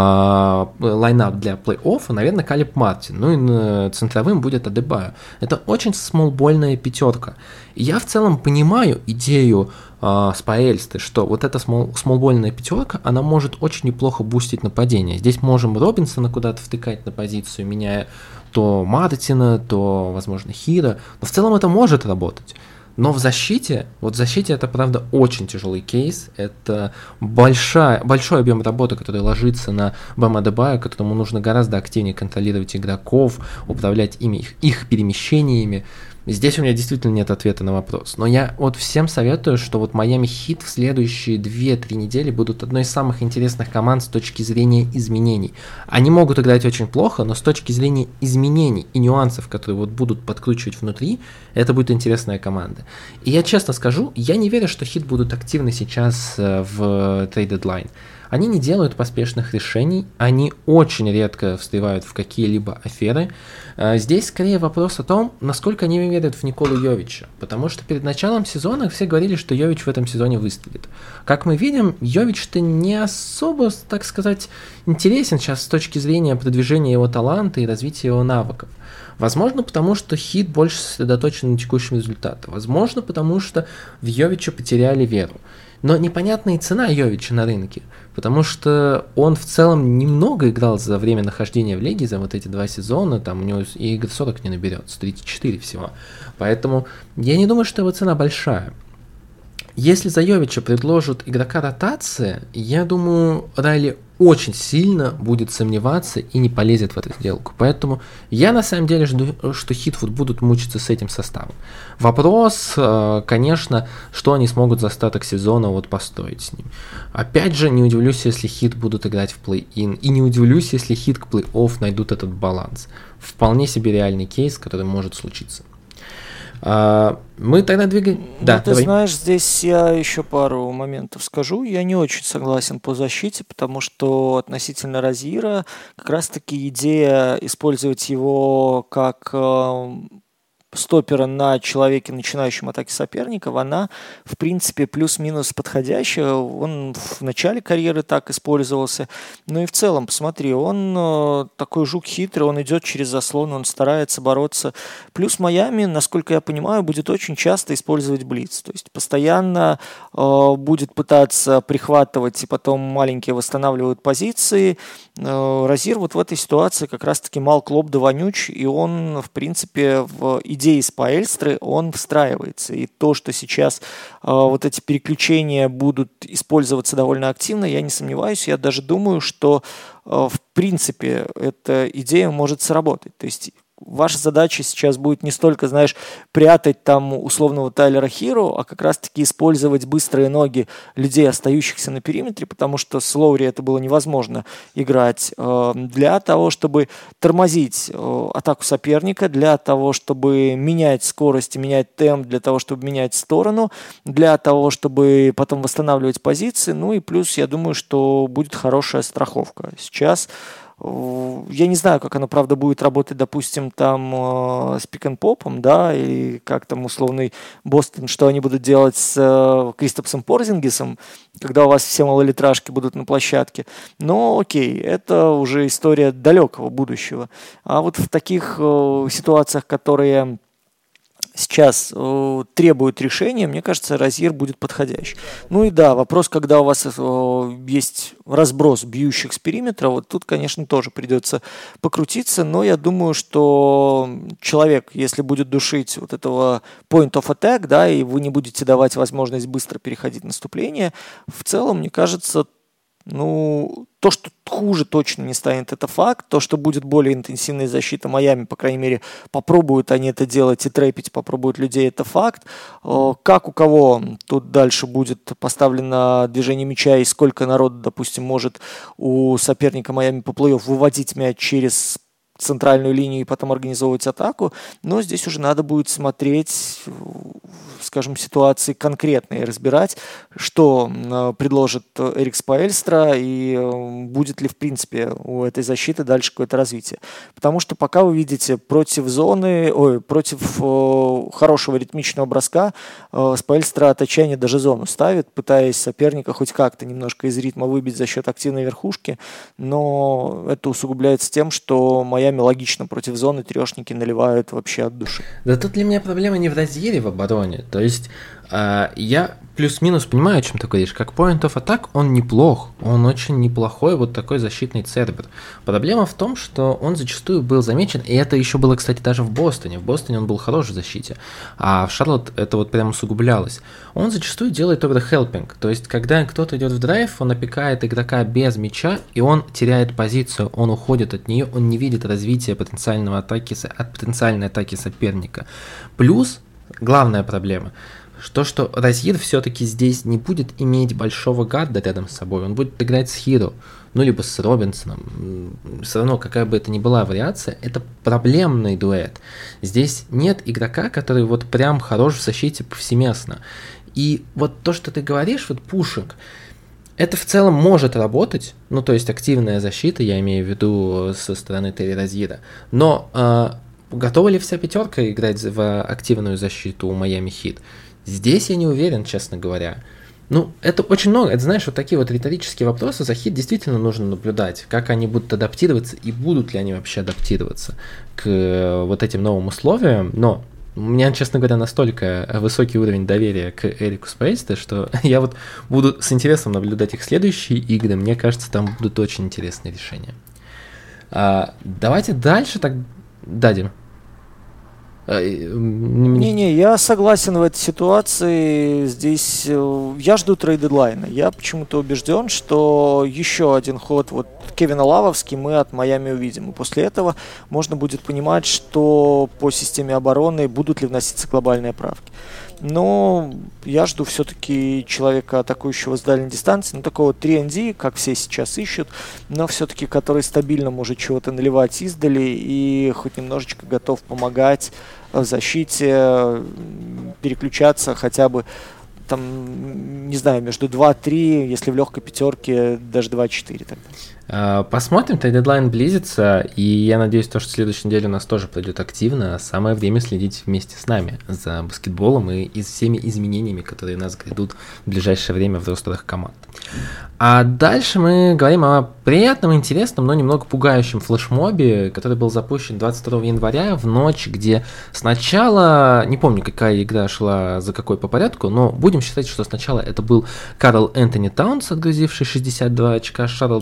лайнап для плей-оффа, наверное, Калеб Мартин. И центровым будет Адебайо. Это очень смолбольная пятерка. И я в целом понимаю идею Споэльстры, что вот эта смолбольная пятерка, она может очень неплохо бустить нападение. Здесь можем Робинсона куда-то втыкать на позицию, меняя то Мартина, то, возможно, Хиро. Но в целом это может работать. Но в защите это, правда, очень тяжелый кейс. Это большой объем работы, который ложится на Бама Адебайо, которому нужно гораздо активнее контролировать игроков, управлять их перемещениями. Здесь у меня действительно нет ответа на вопрос. Но я вот всем советую, что вот Miami Heat в следующие 2-3 недели будут одной из самых интересных команд с точки зрения изменений. Они могут играть очень плохо, но с точки зрения изменений и нюансов, которые вот будут подкручивать внутри, это будет интересная команда. И я честно скажу, я не верю, что Heat будут активны сейчас в трейд-дедлайн. Они не делают поспешных решений, они очень редко встревают в какие-либо аферы. Здесь скорее вопрос о том, насколько они верят в Николу Йовича, потому что перед началом сезона все говорили, что Йович в этом сезоне выстрелит. Как мы видим, Йович-то не особо, так сказать, интересен сейчас с точки зрения продвижения его таланта и развития его навыков. Возможно, потому что Хит больше сосредоточен на текущем результате. Возможно, потому что в Йовича потеряли веру. Но непонятна и цена Йовича на рынке, потому что он в целом немного играл за время нахождения в лиге, за вот эти 2 сезона, там у него и игр 40 не наберется, 34 всего. Поэтому я не думаю, что его цена большая. Если за Йовича предложат игрока ротации, я думаю, Райли очень сильно будет сомневаться и не полезет в эту сделку. Поэтому я на самом деле жду, что Хитфуд будут мучиться с этим составом. Вопрос, конечно, что они смогут за остаток сезона вот построить с ним. Опять же, не удивлюсь, если Хит будут играть в плей-ин, и не удивлюсь, если Хит к плей-офф найдут этот баланс. Вполне себе реальный кейс, который может случиться. Мы тогда двигаем... Да, ты давай. Знаешь, здесь я еще пару моментов скажу. Я не очень согласен по защите, потому что относительно Розьера как раз-таки идея использовать его как стопера на человеке, начинающем атаки соперников, она, в принципе, плюс-минус подходящая. Он в начале карьеры так использовался. Ну и в целом, посмотри, он такой жук хитрый, он идет через заслон, он старается бороться. Плюс Майами, насколько я понимаю, будет очень часто использовать блиц. То есть постоянно будет пытаться прихватывать, и потом маленькие восстанавливают позиции. Розьер вот в этой ситуации как раз-таки мал клоп да вонюч, и он, в принципе, в идеи Споэльстры он встраивается. И то, что сейчас вот эти переключения будут использоваться довольно активно, я не сомневаюсь. Я даже думаю, что в принципе эта идея может сработать. То есть ваша задача сейчас будет не столько, знаешь, прятать там условного Тайлера Хиро, а как раз-таки использовать быстрые ноги людей, остающихся на периметре, потому что с Лоури это было невозможно играть, для того, чтобы тормозить атаку соперника, для того, чтобы менять скорость и менять темп, для того, чтобы менять сторону, для того, чтобы потом восстанавливать позиции. Ну и плюс, я думаю, что будет хорошая страховка. Сейчас я не знаю, как оно, правда, будет работать, допустим, там с пик-н-попом, да, и как там условный Бостон, что они будут делать с Кристопсом Порзингисом, когда у вас все малолитражки будут на площадке. Но окей, это уже история далекого будущего. А вот в таких ситуациях, которые сейчас требуют решения, мне кажется, Розьер будет подходящий. Ну и да, вопрос, когда у вас есть разброс бьющих с периметра, вот тут, конечно, тоже придется покрутиться, но я думаю, что человек, если будет душить вот этого point of attack, да, и вы не будете давать возможность быстро переходить в наступление, в целом, мне кажется, ну, то, что хуже точно не станет, это факт. То, что будет более интенсивная защита Майами, по крайней мере, попробуют они это делать и трэпить, попробуют людей, это факт. Как у кого тут дальше будет поставлено движение мяча и сколько народу, допустим, может у соперника Майами по плей-офф выводить мяч через центральную линию и потом организовывать атаку, но здесь уже надо будет смотреть, скажем, ситуации конкретные, разбирать, что предложит Эрик Споэльстра и будет ли, в принципе, у этой защиты дальше какое-то развитие. Потому что пока вы видите против хорошего ритмичного броска, Споэльстра от отчаяния даже зону ставит, пытаясь соперника хоть как-то немножко из ритма выбить за счет активной верхушки, но это усугубляется тем, что Майами логично против зоны трешники наливают вообще от души. Да тут для меня проблема не в Розьере в обороне. То есть я плюс-минус понимаю, о чем ты говоришь. Как point of attack он неплох. Он очень неплохой вот такой защитный цербер. Проблема в том, что он зачастую был замечен, и это еще было, кстати, даже в Бостоне. В Бостоне он был хорош в защите, а в Шарлотт это вот прям усугублялось. Он зачастую делает overhelping. То есть, когда кто-то идет в драйв, он опекает игрока без мяча, и он теряет позицию, он уходит от нее, он не видит развития потенциальной атаки соперника. Плюс, главная проблема, что Розьер все-таки здесь не будет иметь большого гарда рядом с собой, он будет играть с Хиро, ну либо с Робинсоном. Все равно, какая бы это ни была вариация, это проблемный дуэт. Здесь нет игрока, который вот прям хорош в защите повсеместно. И вот то, что ты говоришь, вот пушинг, это в целом может работать, ну то есть активная защита, я имею в виду со стороны Терри Розьера, но готова ли вся пятерка играть в активную защиту у Майами Хит? Здесь я не уверен, честно говоря. Ну, это очень много. Это, знаешь, вот такие вот риторические вопросы за Хит действительно нужно наблюдать. Как они будут адаптироваться и будут ли они вообще адаптироваться к вот этим новым условиям. Но у меня, честно говоря, настолько высокий уровень доверия к Эрику Споэльстре, что я вот буду с интересом наблюдать их следующие игры. Мне кажется, там будут очень интересные решения. Давайте дальше так дадим. Не-не, я согласен в этой ситуации. Здесь я жду трейд-дедлайна. Я почему-то убежден, что еще один ход вот Кевина Лавовски мы от Майами увидим. И после этого можно будет понимать, что по системе обороны будут ли вноситься глобальные правки. Но я жду все-таки человека, атакующего с дальней дистанции, ну такого 3&D, как все сейчас ищут, но все-таки который стабильно может чего-то наливать издали и хоть немножечко готов помогать в защите, переключаться хотя бы там, не знаю, между 2-3, если в легкой пятерке, даже 2-4 тогда. Посмотрим, дедлайн близится, и я надеюсь, что следующей неделе у нас тоже пройдет активно. Самое время следить вместе с нами за баскетболом и всеми изменениями, которые нас грядут в ближайшее время в ростерах команд. А дальше мы говорим о приятном, интересном, но немного пугающем флешмобе, который был запущен 22 января в ночь, где сначала, не помню, какая игра шла за какой по порядку, но будем считать, что сначала это был Карл Энтони Таунс, отгрузивший 62 очка Шарлотт Хорнетс,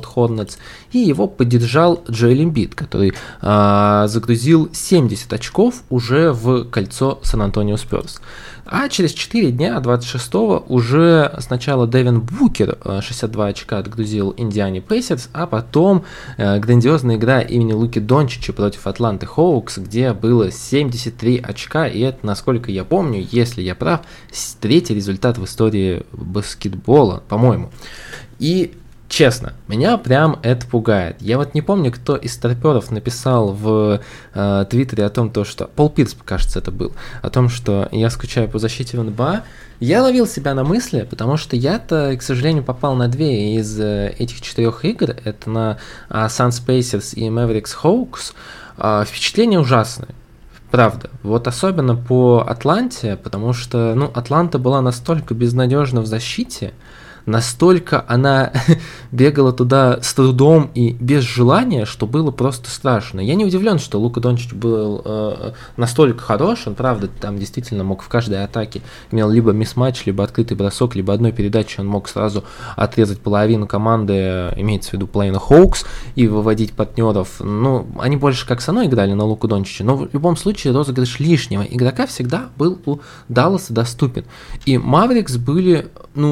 Hornets, и его поддержал Джоэл Эмбид, который загрузил 70 очков уже в кольцо Сан-Антонио Спёрс. А через 4 дня, 26-го, уже сначала Дэвин Букер 62 очка отгрузил Индиане Пейсерс, а потом грандиозная игра имени Луки Дончича против Атланты Хоукс, где было 73 очка, и это, насколько я помню, если я прав, третий результат в истории баскетбола, по-моему. И честно, меня прям это пугает. Я вот не помню, кто из старперов написал в Твиттере о том, что... Пол Пирс, кажется, это был. О том, что я скучаю по защите в НБА. Я ловил себя на мысли, потому что я-то, к сожалению, попал на 2 из этих 4 игр. Это на Suns Pacers и Mavericks Hawks. Впечатления ужасные. Правда. Вот особенно по Атланте, потому что, Атланта была настолько безнадежна в защите, настолько она бегала туда с трудом и без желания, что было просто страшно. Я не удивлен, что Лука Дончич был настолько хорош, он, правда, там действительно мог в каждой атаке, имел либо мисс-матч, либо открытый бросок, либо одной передачей он мог сразу отрезать половину команды, имеется в виду половину Хоукс, и выводить партнеров. Они больше как со мной играли на Луку Дончича, но в любом случае розыгрыш лишнего игрока всегда был у Далласа доступен. И Mavericks были,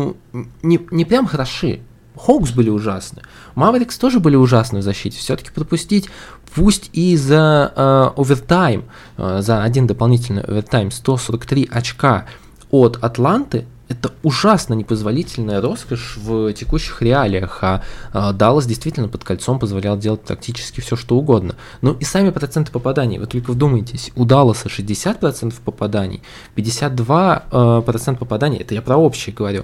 не прям хороши. Хоукс были ужасны. Маверикс тоже были ужасны в защите. Все-таки пропустить, пусть и за овертайм, за один дополнительный овертайм 143 очка от Атланты, это ужасно непозволительная роскошь в текущих реалиях, а Даллас действительно под кольцом позволял делать практически все, что угодно. И сами проценты попаданий, вы только вдумайтесь, у Далласа 60% попаданий, 52% попаданий, это я про общие говорю,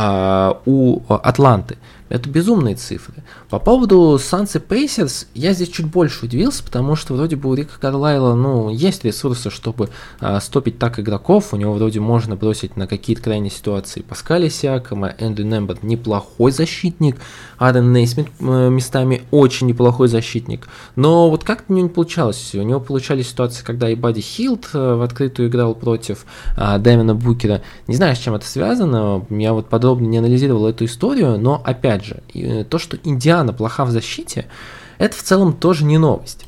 у Атланты. Это безумные цифры. По поводу Suns и Pacers я здесь чуть больше удивился, потому что вроде бы у Рика Карлайла, есть ресурсы, чтобы стопить так игроков. У него вроде можно бросить на какие-то крайние ситуации Паскаля Сиакама, Эндрю Немберт неплохой защитник, Аарон Нейсмит местами очень неплохой защитник. Но вот как-то у него не получалось. У него получались ситуации, когда и Бадди Хилд в открытую играл против Дэвина Букера. Не знаю, с чем это связано. Я вот подробно не анализировал эту историю, но опять же, то, что Индиана плоха в защите, это в целом тоже не новость.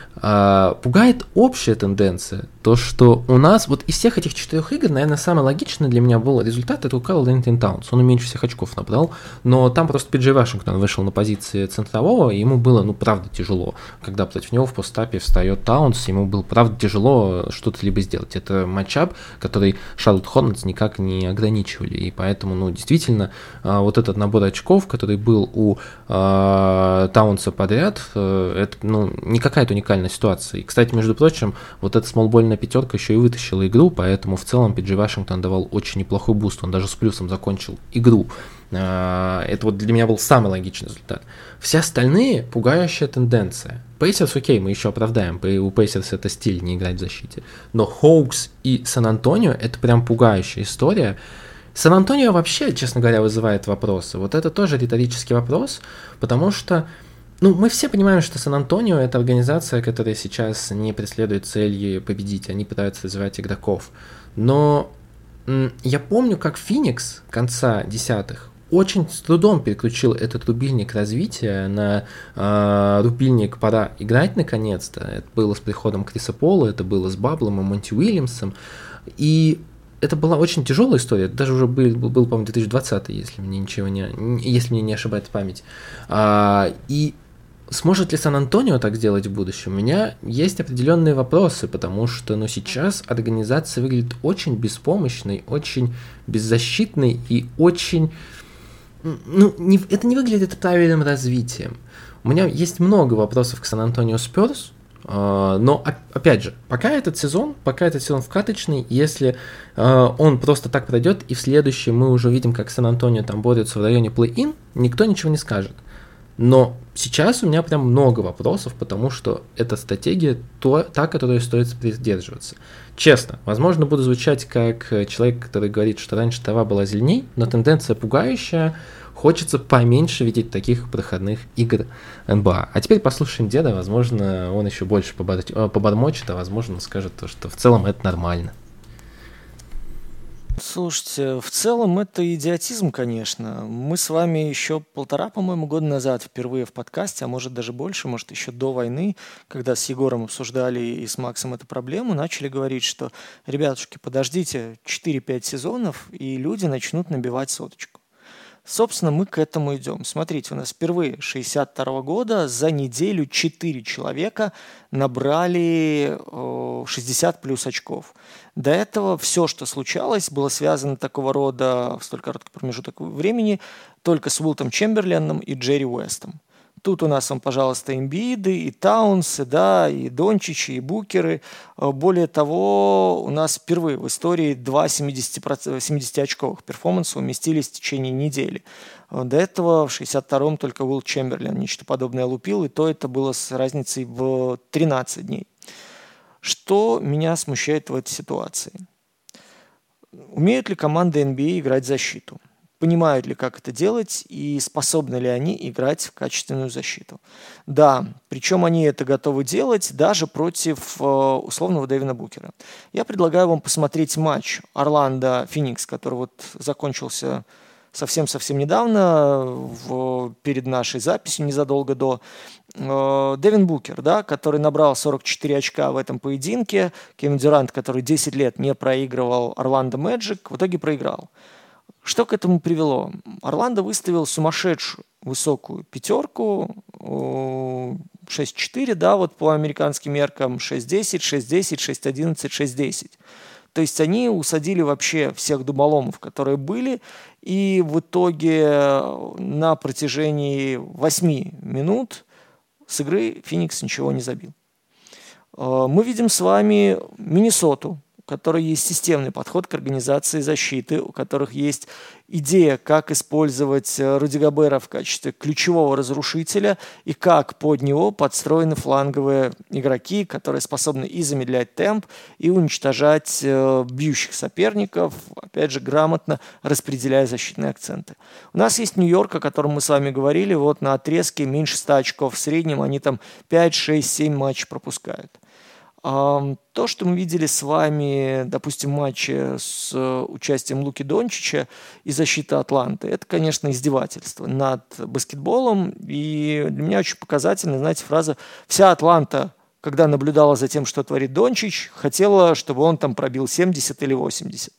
Пугает общая тенденция, то, что у нас вот из всех этих 4 игр, наверное, самый логичный для меня был результат, это у Карл Энтони Таунс. Он меньше всех очков набрал, но там просто Пи-Джей Вашингтон вышел на позиции центрового, и ему было, правда, тяжело. Когда против него в постапе встает Таунс, ему было, правда, тяжело что-то либо сделать. Это матчап, который Шарлотт Хорнетс никак не ограничивали, и поэтому, действительно, вот этот набор очков, который был у Таунса подряд, это, не какая-то уникальная ситуация. И, кстати, между прочим, вот эта смолбольная пятерка еще и вытащила игру, поэтому в целом Пи-Джей Вашингтон давал очень неплохой буст, он даже с плюсом закончил игру. Это вот для меня был самый логичный результат. Все остальные пугающая тенденция. Пейсерс, окей, мы еще оправдаем, у Пейсерс это стиль не играть в защите, но Хоукс и Сан-Антонио это прям пугающая история. Сан-Антонио вообще, честно говоря, вызывает вопросы. Вот это тоже риторический вопрос, потому что мы все понимаем, что Сан-Антонио – это организация, которая сейчас не преследует целью победить, они пытаются развивать игроков. Но я помню, как Феникс конца десятых очень с трудом переключил этот рубильник развития на рубильник «пора играть наконец-то». Это было с приходом Криса Пола, это было с Баблом и Монти Уильямсом. И это была очень тяжелая история, это даже уже был по-моему, 2020, если мне не ошибает память. И сможет ли Сан-Антонио так сделать в будущем? У меня есть определенные вопросы, потому что сейчас организация выглядит очень беспомощной, очень беззащитной и очень... это не выглядит правильным развитием. У меня есть много вопросов к Сан-Антонио Спёрс, но, опять же, пока этот сезон вкаточный, если он просто так пройдет, и в следующем мы уже увидим, как Сан-Антонио там борется в районе плей-ин, никто ничего не скажет. Но сейчас у меня прям много вопросов, потому что эта стратегия та, которой стоит придерживаться. Честно, возможно, буду звучать как человек, который говорит, что раньше трава была зеленей, но тенденция пугающая. Хочется поменьше видеть таких проходных игр НБА. А теперь послушаем деда, возможно, он еще больше побормочет, а возможно, скажет то, что в целом это нормально. Слушайте, в целом это идиотизм, конечно. Мы с вами еще 1,5, по-моему, года назад впервые в подкасте, а может даже больше, может еще до войны, когда с Егором обсуждали и с Максом эту проблему, начали говорить, что, ребятушки, подождите 4-5 сезонов, и люди начнут набивать соточку. Собственно, мы к этому идем. Смотрите, у нас впервые 62 года за неделю 4 человека набрали 60 плюс очков. До этого все, что случалось, было связано такого рода в столь короткий промежуток времени только с Уилтом Чемберленом и Джерри Уэстом. Тут у нас, пожалуйста, Эмбииды, и Таунсы, да, и Дончичи, и Букеры. Более того, у нас впервые в истории 2 70-очковых перформанса уместились в течение недели. До этого в 62-м только Уилт Чемберлен нечто подобное лупил, и то это было с разницей в 13 дней. Что меня смущает в этой ситуации? Умеют ли команды NBA играть в защиту? Понимают ли, как это делать, и способны ли они играть в качественную защиту? Да, причем они это готовы делать даже против условного Дэвина Букера. Я предлагаю вам посмотреть матч Орландо-Феникс, который вот закончился совсем-совсем недавно, перед нашей записью, незадолго до. Дэвин Букер, да, который набрал 44 очка в этом поединке. Кевин Дюрант, который 10 лет не проигрывал Орландо Мэджик, в итоге проиграл. Что к этому привело? Орландо выставил сумасшедшую высокую пятерку, 6-4, да, вот по американским меркам, 6-10, 6-10, 6-11, 6-10. То есть они усадили вообще всех дуболомов, которые были, и в итоге на протяжении 8 минут с игры Феникс ничего не забил. Мы видим с вами Миннесоту, у которой есть системный подход к организации защиты, у которых есть идея, как использовать Руди Гобера в качестве ключевого разрушителя и как под него подстроены фланговые игроки, которые способны и замедлять темп, и уничтожать бьющих соперников, опять же, грамотно распределяя защитные акценты. У нас есть Нью-Йорк, о котором мы с вами говорили, вот на отрезке меньше 100 очков в среднем, они там 5, 6, 7 матчей пропускают. То, что мы видели с вами, допустим, в матче с участием Луки Дончича и защиты Атланты, это, конечно, издевательство над баскетболом. И для меня очень показательна, знаете, фраза «Вся Атланта, когда наблюдала за тем, что творит Дончич, хотела, чтобы он там пробил 70 или 80».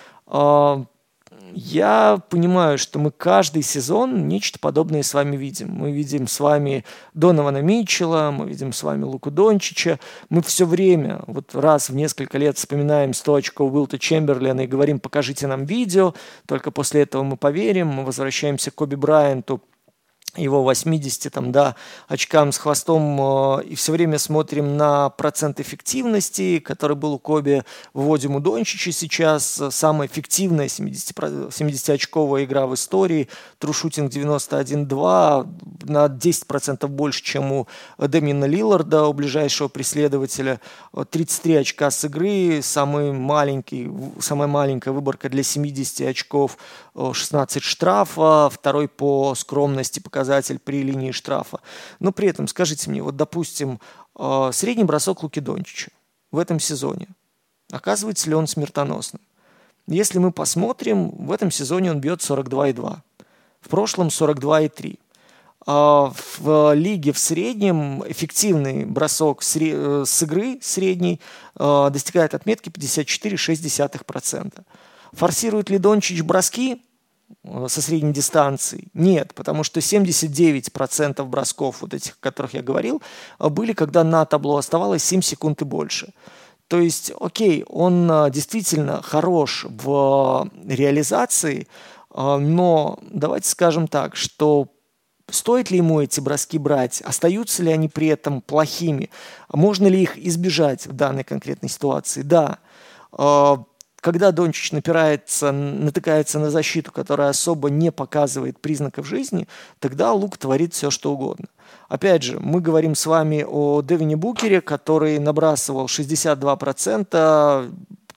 Я понимаю, что мы каждый сезон нечто подобное с вами видим. Мы видим с вами Донована Митчелла, мы видим с вами Луку Дончича. Мы все время, вот раз в несколько лет вспоминаем 100 очков Уилта Чемберлена и говорим, покажите нам видео. Только после этого мы поверим. Мы возвращаемся к Коби Брайанту, его 80 там, да, очкам с хвостом, и все время смотрим на процент эффективности, который был у Коби, вводим у Дончича сейчас. Самая эффективная 70-очковая игра в истории, трушутинг 91-2, на 10% больше, чем у Дэмиана Лилларда, у ближайшего преследователя. 33 очка с игры, самая маленькая выборка для 70 очков, 16 штрафа, второй по скромности показатель при линии штрафа. Но при этом, скажите мне, вот, допустим, средний бросок Луки Дончича в этом сезоне, оказывается ли он смертоносным? Если мы посмотрим, в этом сезоне он бьет 42,2, в прошлом 42,3. В лиге в среднем эффективный бросок с игры средний достигает отметки 54,6%. Форсирует ли Дончич броски со средней дистанции? Нет, потому что 79% бросков, вот этих, о которых я говорил, были, когда на табло оставалось 7 секунд и больше. То есть, окей, он действительно хорош в реализации, но давайте скажем так, что стоит ли ему эти броски брать, остаются ли они при этом плохими, можно ли их избежать в данной конкретной ситуации? Да. Когда Дончич натыкается на защиту, которая особо не показывает признаков жизни, тогда Лук творит все, что угодно. Опять же, мы говорим с вами о Дэвине Букере, который набрасывал 62%,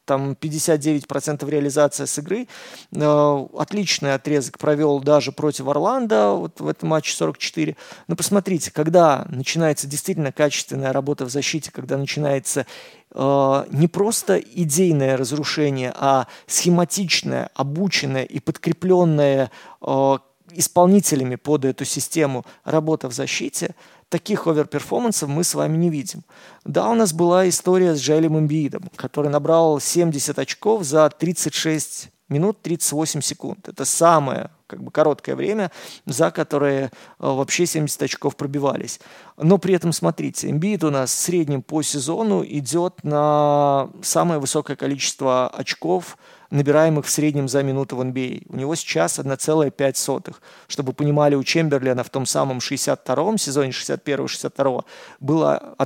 там 59% реализация с игры. Отличный отрезок провел даже против Орландо, вот в этом матче 44. Но посмотрите, когда начинается действительно качественная работа в защите, когда начинается не просто идейное разрушение, а схематичное, обученное и подкрепленное исполнителями под эту систему работа в защите, таких оверперформансов мы с вами не видим. Да, у нас была история с Джоэлем Эмбиидом, который набрал 70 очков за 36 минут 38 секунд. Это самое короткое время, за которое вообще 70 очков пробивались. Но при этом, смотрите, Эмбиид у нас в среднем по сезону идет на самое высокое количество очков, набираемых в среднем за минуту в NBA. У него сейчас 1,5. Чтобы понимали, у Чемберлена в том самом 62-м сезоне, 61-62 было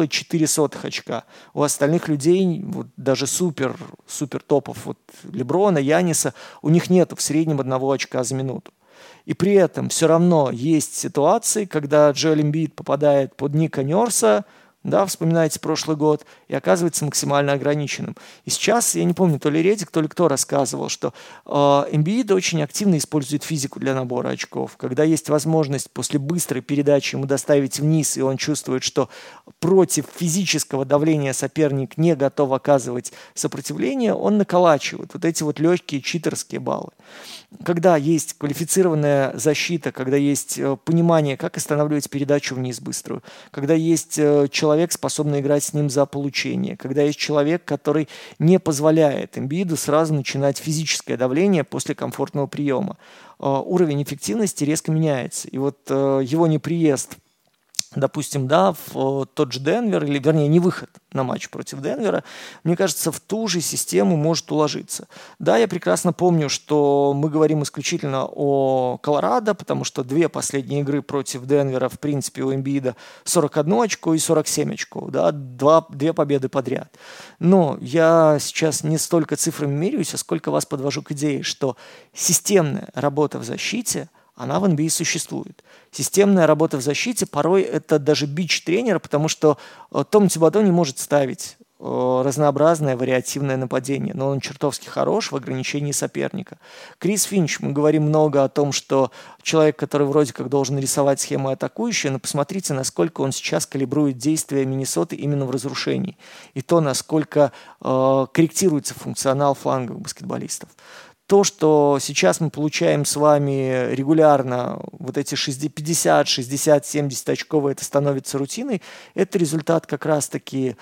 1,4 очка. У остальных людей, вот даже супер топов, вот Леброна, Яниса, у них нет в среднем 1 очка за минуту. И при этом все равно есть ситуации, когда Джоэл Эмбиид попадает под Ника Нерса, да, вспоминайте прошлый год, и оказывается максимально ограниченным. И сейчас, я не помню, то ли Редик, то ли кто рассказывал, что Эмбиид очень активно использует физику для набора очков. Когда есть возможность после быстрой передачи ему доставить вниз, и он чувствует, что против физического давления соперник не готов оказывать сопротивление, он наколачивает вот эти вот легкие читерские баллы. Когда есть квалифицированная защита, когда есть понимание, как останавливать передачу вниз быструю, когда есть человек, способный играть с ним за получение, когда есть человек, который не позволяет Эмбииду сразу начинать физическое давление после комфортного приема, уровень эффективности резко меняется. И вот его неприезд, допустим, да, в тот же Денвер, или, вернее, не выход на матч против Денвера, мне кажется, в ту же систему может уложиться. Да, я прекрасно помню, что мы говорим исключительно о Колорадо, потому что 2 последние игры против Денвера, в принципе, у Эмбиида 41 очко и 47 очков, да, 2 победы подряд. Но я сейчас не столько цифрами меряюсь, а сколько вас подвожу к идее, что системная работа в защите, она в NBA существует. Системная работа в защите порой это даже бич тренера, потому что Том Тибодо не может ставить разнообразное вариативное нападение, но он чертовски хорош в ограничении соперника. Крис Финч, мы говорим много о том, что человек, который вроде как должен рисовать схему атакующую, но посмотрите, насколько он сейчас калибрует действия Миннесоты именно в разрушении, и то, насколько корректируется функционал фланговых баскетболистов. То, что сейчас мы получаем с вами регулярно, вот эти 50, 60, 70 очковые, это становится рутиной, это результат как раз-таки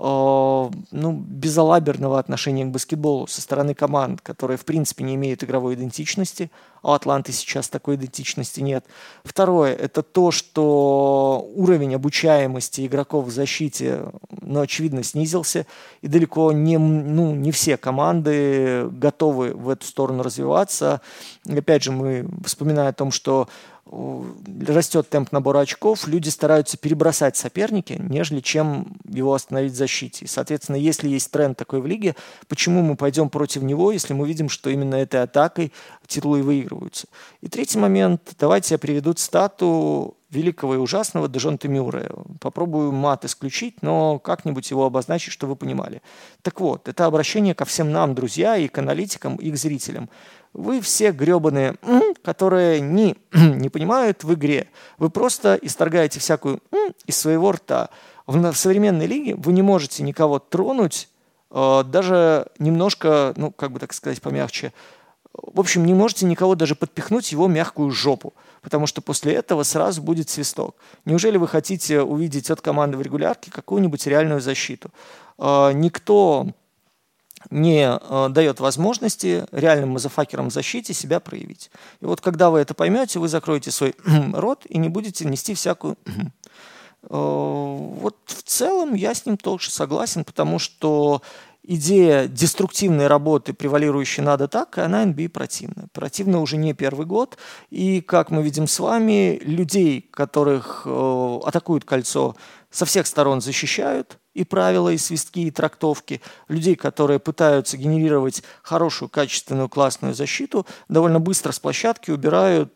безалаберного отношения к баскетболу со стороны команд, которые, в принципе, не имеют игровой идентичности, а у Атланты сейчас такой идентичности нет. Второе, это то, что уровень обучаемости игроков в защите, очевидно, снизился, и далеко не все команды готовы в эту сторону развиваться. И опять же, мы вспоминаем о том, что растет темп набора очков, люди стараются перебросать соперники, нежели чем его остановить в защите. И, соответственно, если есть тренд такой в лиге, почему мы пойдем против него, если мы видим, что именно этой атакой титулы и выигрываются. И третий момент, давайте я приведу цитату великого и ужасного Дежонте Мюррея. Попробую мат исключить, но как-нибудь его обозначить, чтобы вы понимали. Так вот, это обращение ко всем нам, друзья, и к аналитикам, и к зрителям. Вы все гребаные, которые не понимают в игре. Вы просто исторгаете всякую из своего рта. В современной лиге вы не можете никого тронуть, даже немножко, так сказать, помягче. В общем, не можете никого даже подпихнуть его мягкую жопу, потому что после этого сразу будет свисток. Неужели вы хотите увидеть от команды в регулярке какую-нибудь реальную защиту? Никто не дает возможности реальным мазафакерам в защите себя проявить. И вот когда вы это поймете, вы закроете свой рот и не будете нести всякую... Вот в целом я с ним тоже согласен, потому что идея деструктивной работы, превалирующей над атакой, она NBA противна. Противна уже не первый год. И, как мы видим с вами, людей, которых атакуют кольцо, со всех сторон защищают и правила, и свистки, и трактовки. Людей, которые пытаются генерировать хорошую, качественную, классную защиту, довольно быстро с площадки убирают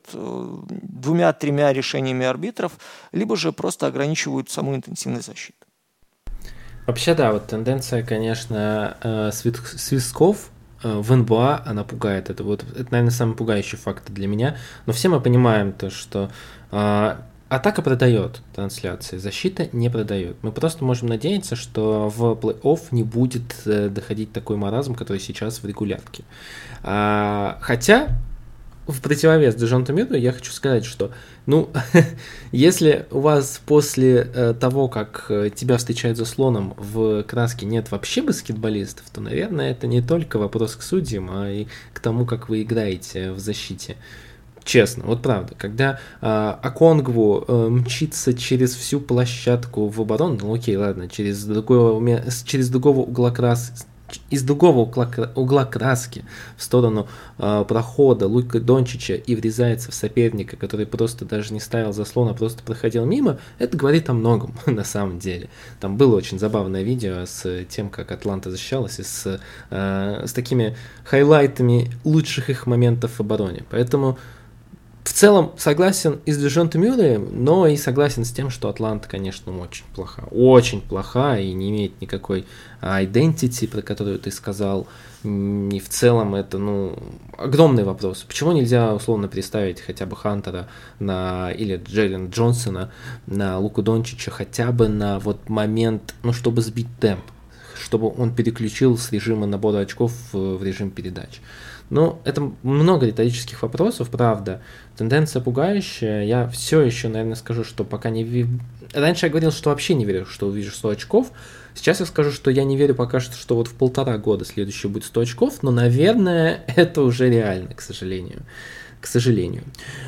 2-3 решениями арбитров, либо же просто ограничивают саму интенсивность защиты. Вообще, да, вот тенденция, конечно, свистков в НБА, она пугает. Это, наверное, самый пугающий фактор для меня. Но все мы понимаем то, что атака продает трансляции, защита не продает. Мы просто можем надеяться, что в плей-офф не будет доходить такой маразм, который сейчас в регулярке. Хотя в противовес Дежонте Мюррею я хочу сказать, что, ну, если у вас после того, как тебя встречают за слоном, в краске нет вообще баскетболистов, то, наверное, это не только вопрос к судьям, а и к тому, как вы играете в защите. Честно, вот правда, когда Оконгву мчится через всю площадку в оборону, ну окей, ладно, через другого угла из другого угла краски в сторону прохода Лука Дончича и врезается в соперника, который просто даже не ставил заслон, а просто проходил мимо, это говорит о многом на самом деле. Там было очень забавное видео с тем, как Атланта защищалась, и с такими хайлайтами лучших их моментов в обороне. Поэтому в целом согласен и с Дежонте Мюрреем, но и согласен с тем, что Атланта, конечно, очень плоха и не имеет никакой identity, про которую ты сказал. И в целом это, ну, огромный вопрос. Почему нельзя условно представить хотя бы Хантера или Джейлен Джонсона на Луку Дончича хотя бы на вот момент, ну, чтобы сбить темп, чтобы он переключил с режима набора очков в режим передач. Ну, это много риторических вопросов, правда. Тенденция пугающая. Я все еще, наверное, скажу, что пока не вижу... Раньше я говорил, что вообще не верю, что увижу 100 очков. Сейчас я скажу, что я не верю пока что вот в 1,5 года следующий будет 100 очков, но, наверное, это уже реально, к сожалению. К сожалению.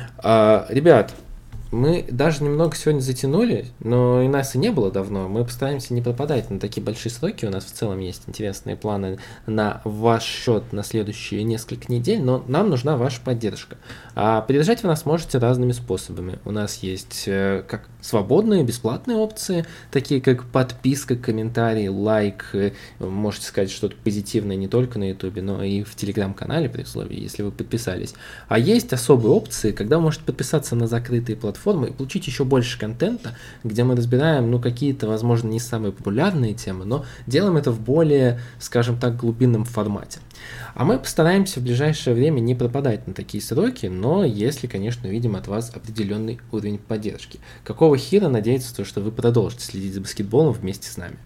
Ребят, мы даже немного сегодня затянули, но и нас и не было давно. Мы постараемся не пропадать на такие большие сроки. У нас в целом есть интересные планы на ваш счет на следующие несколько недель, но нам нужна ваша поддержка. А поддержать вы нас можете разными способами. У нас есть как свободные, бесплатные опции, такие как подписка, комментарий, лайк. Можете сказать что-то позитивное не только на YouTube, но и в Телеграм-канале, при условии, если вы подписались. А есть особые опции, когда вы можете подписаться на закрытые платформы и получить еще больше контента, где мы разбираем, ну, какие-то, возможно, не самые популярные темы, но делаем это в более, скажем так, глубинном формате. А мы постараемся в ближайшее время не пропадать на такие сроки, но если, конечно, увидим от вас определенный уровень поддержки. Какого хера надеяться, что вы продолжите следить за баскетболом вместе с нами?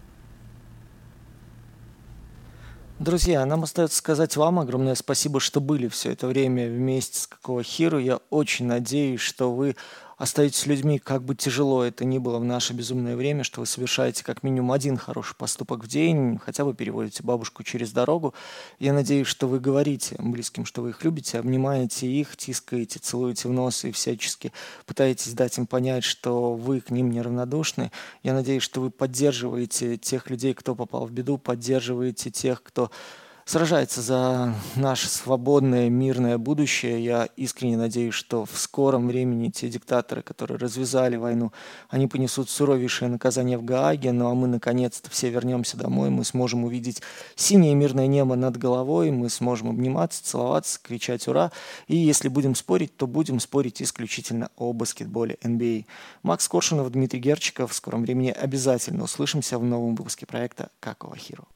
Друзья, нам остается сказать вам огромное спасибо, что были все это время вместе с Какого Хиру. Я очень надеюсь, что вы остаетесь людьми, как бы тяжело это ни было в наше безумное время, что вы совершаете как минимум один хороший поступок в день, хотя бы переводите бабушку через дорогу. Я надеюсь, что вы говорите близким, что вы их любите, обнимаете их, тискаете, целуете в нос и всячески пытаетесь дать им понять, что вы к ним неравнодушны. Я надеюсь, что вы поддерживаете тех людей, кто попал в беду, поддерживаете тех, кто сражается за наше свободное, мирное будущее. Я искренне надеюсь, что в скором времени те диктаторы, которые развязали войну, они понесут суровейшее наказание в Гааге, ну а мы наконец-то все вернемся домой, мы сможем увидеть синее мирное небо над головой, мы сможем обниматься, целоваться, кричать «Ура!». И если будем спорить, то будем спорить исключительно о баскетболе NBA. Макс Коршунов, Дмитрий Герчиков. В скором времени обязательно услышимся в новом выпуске проекта «Какого Хиру».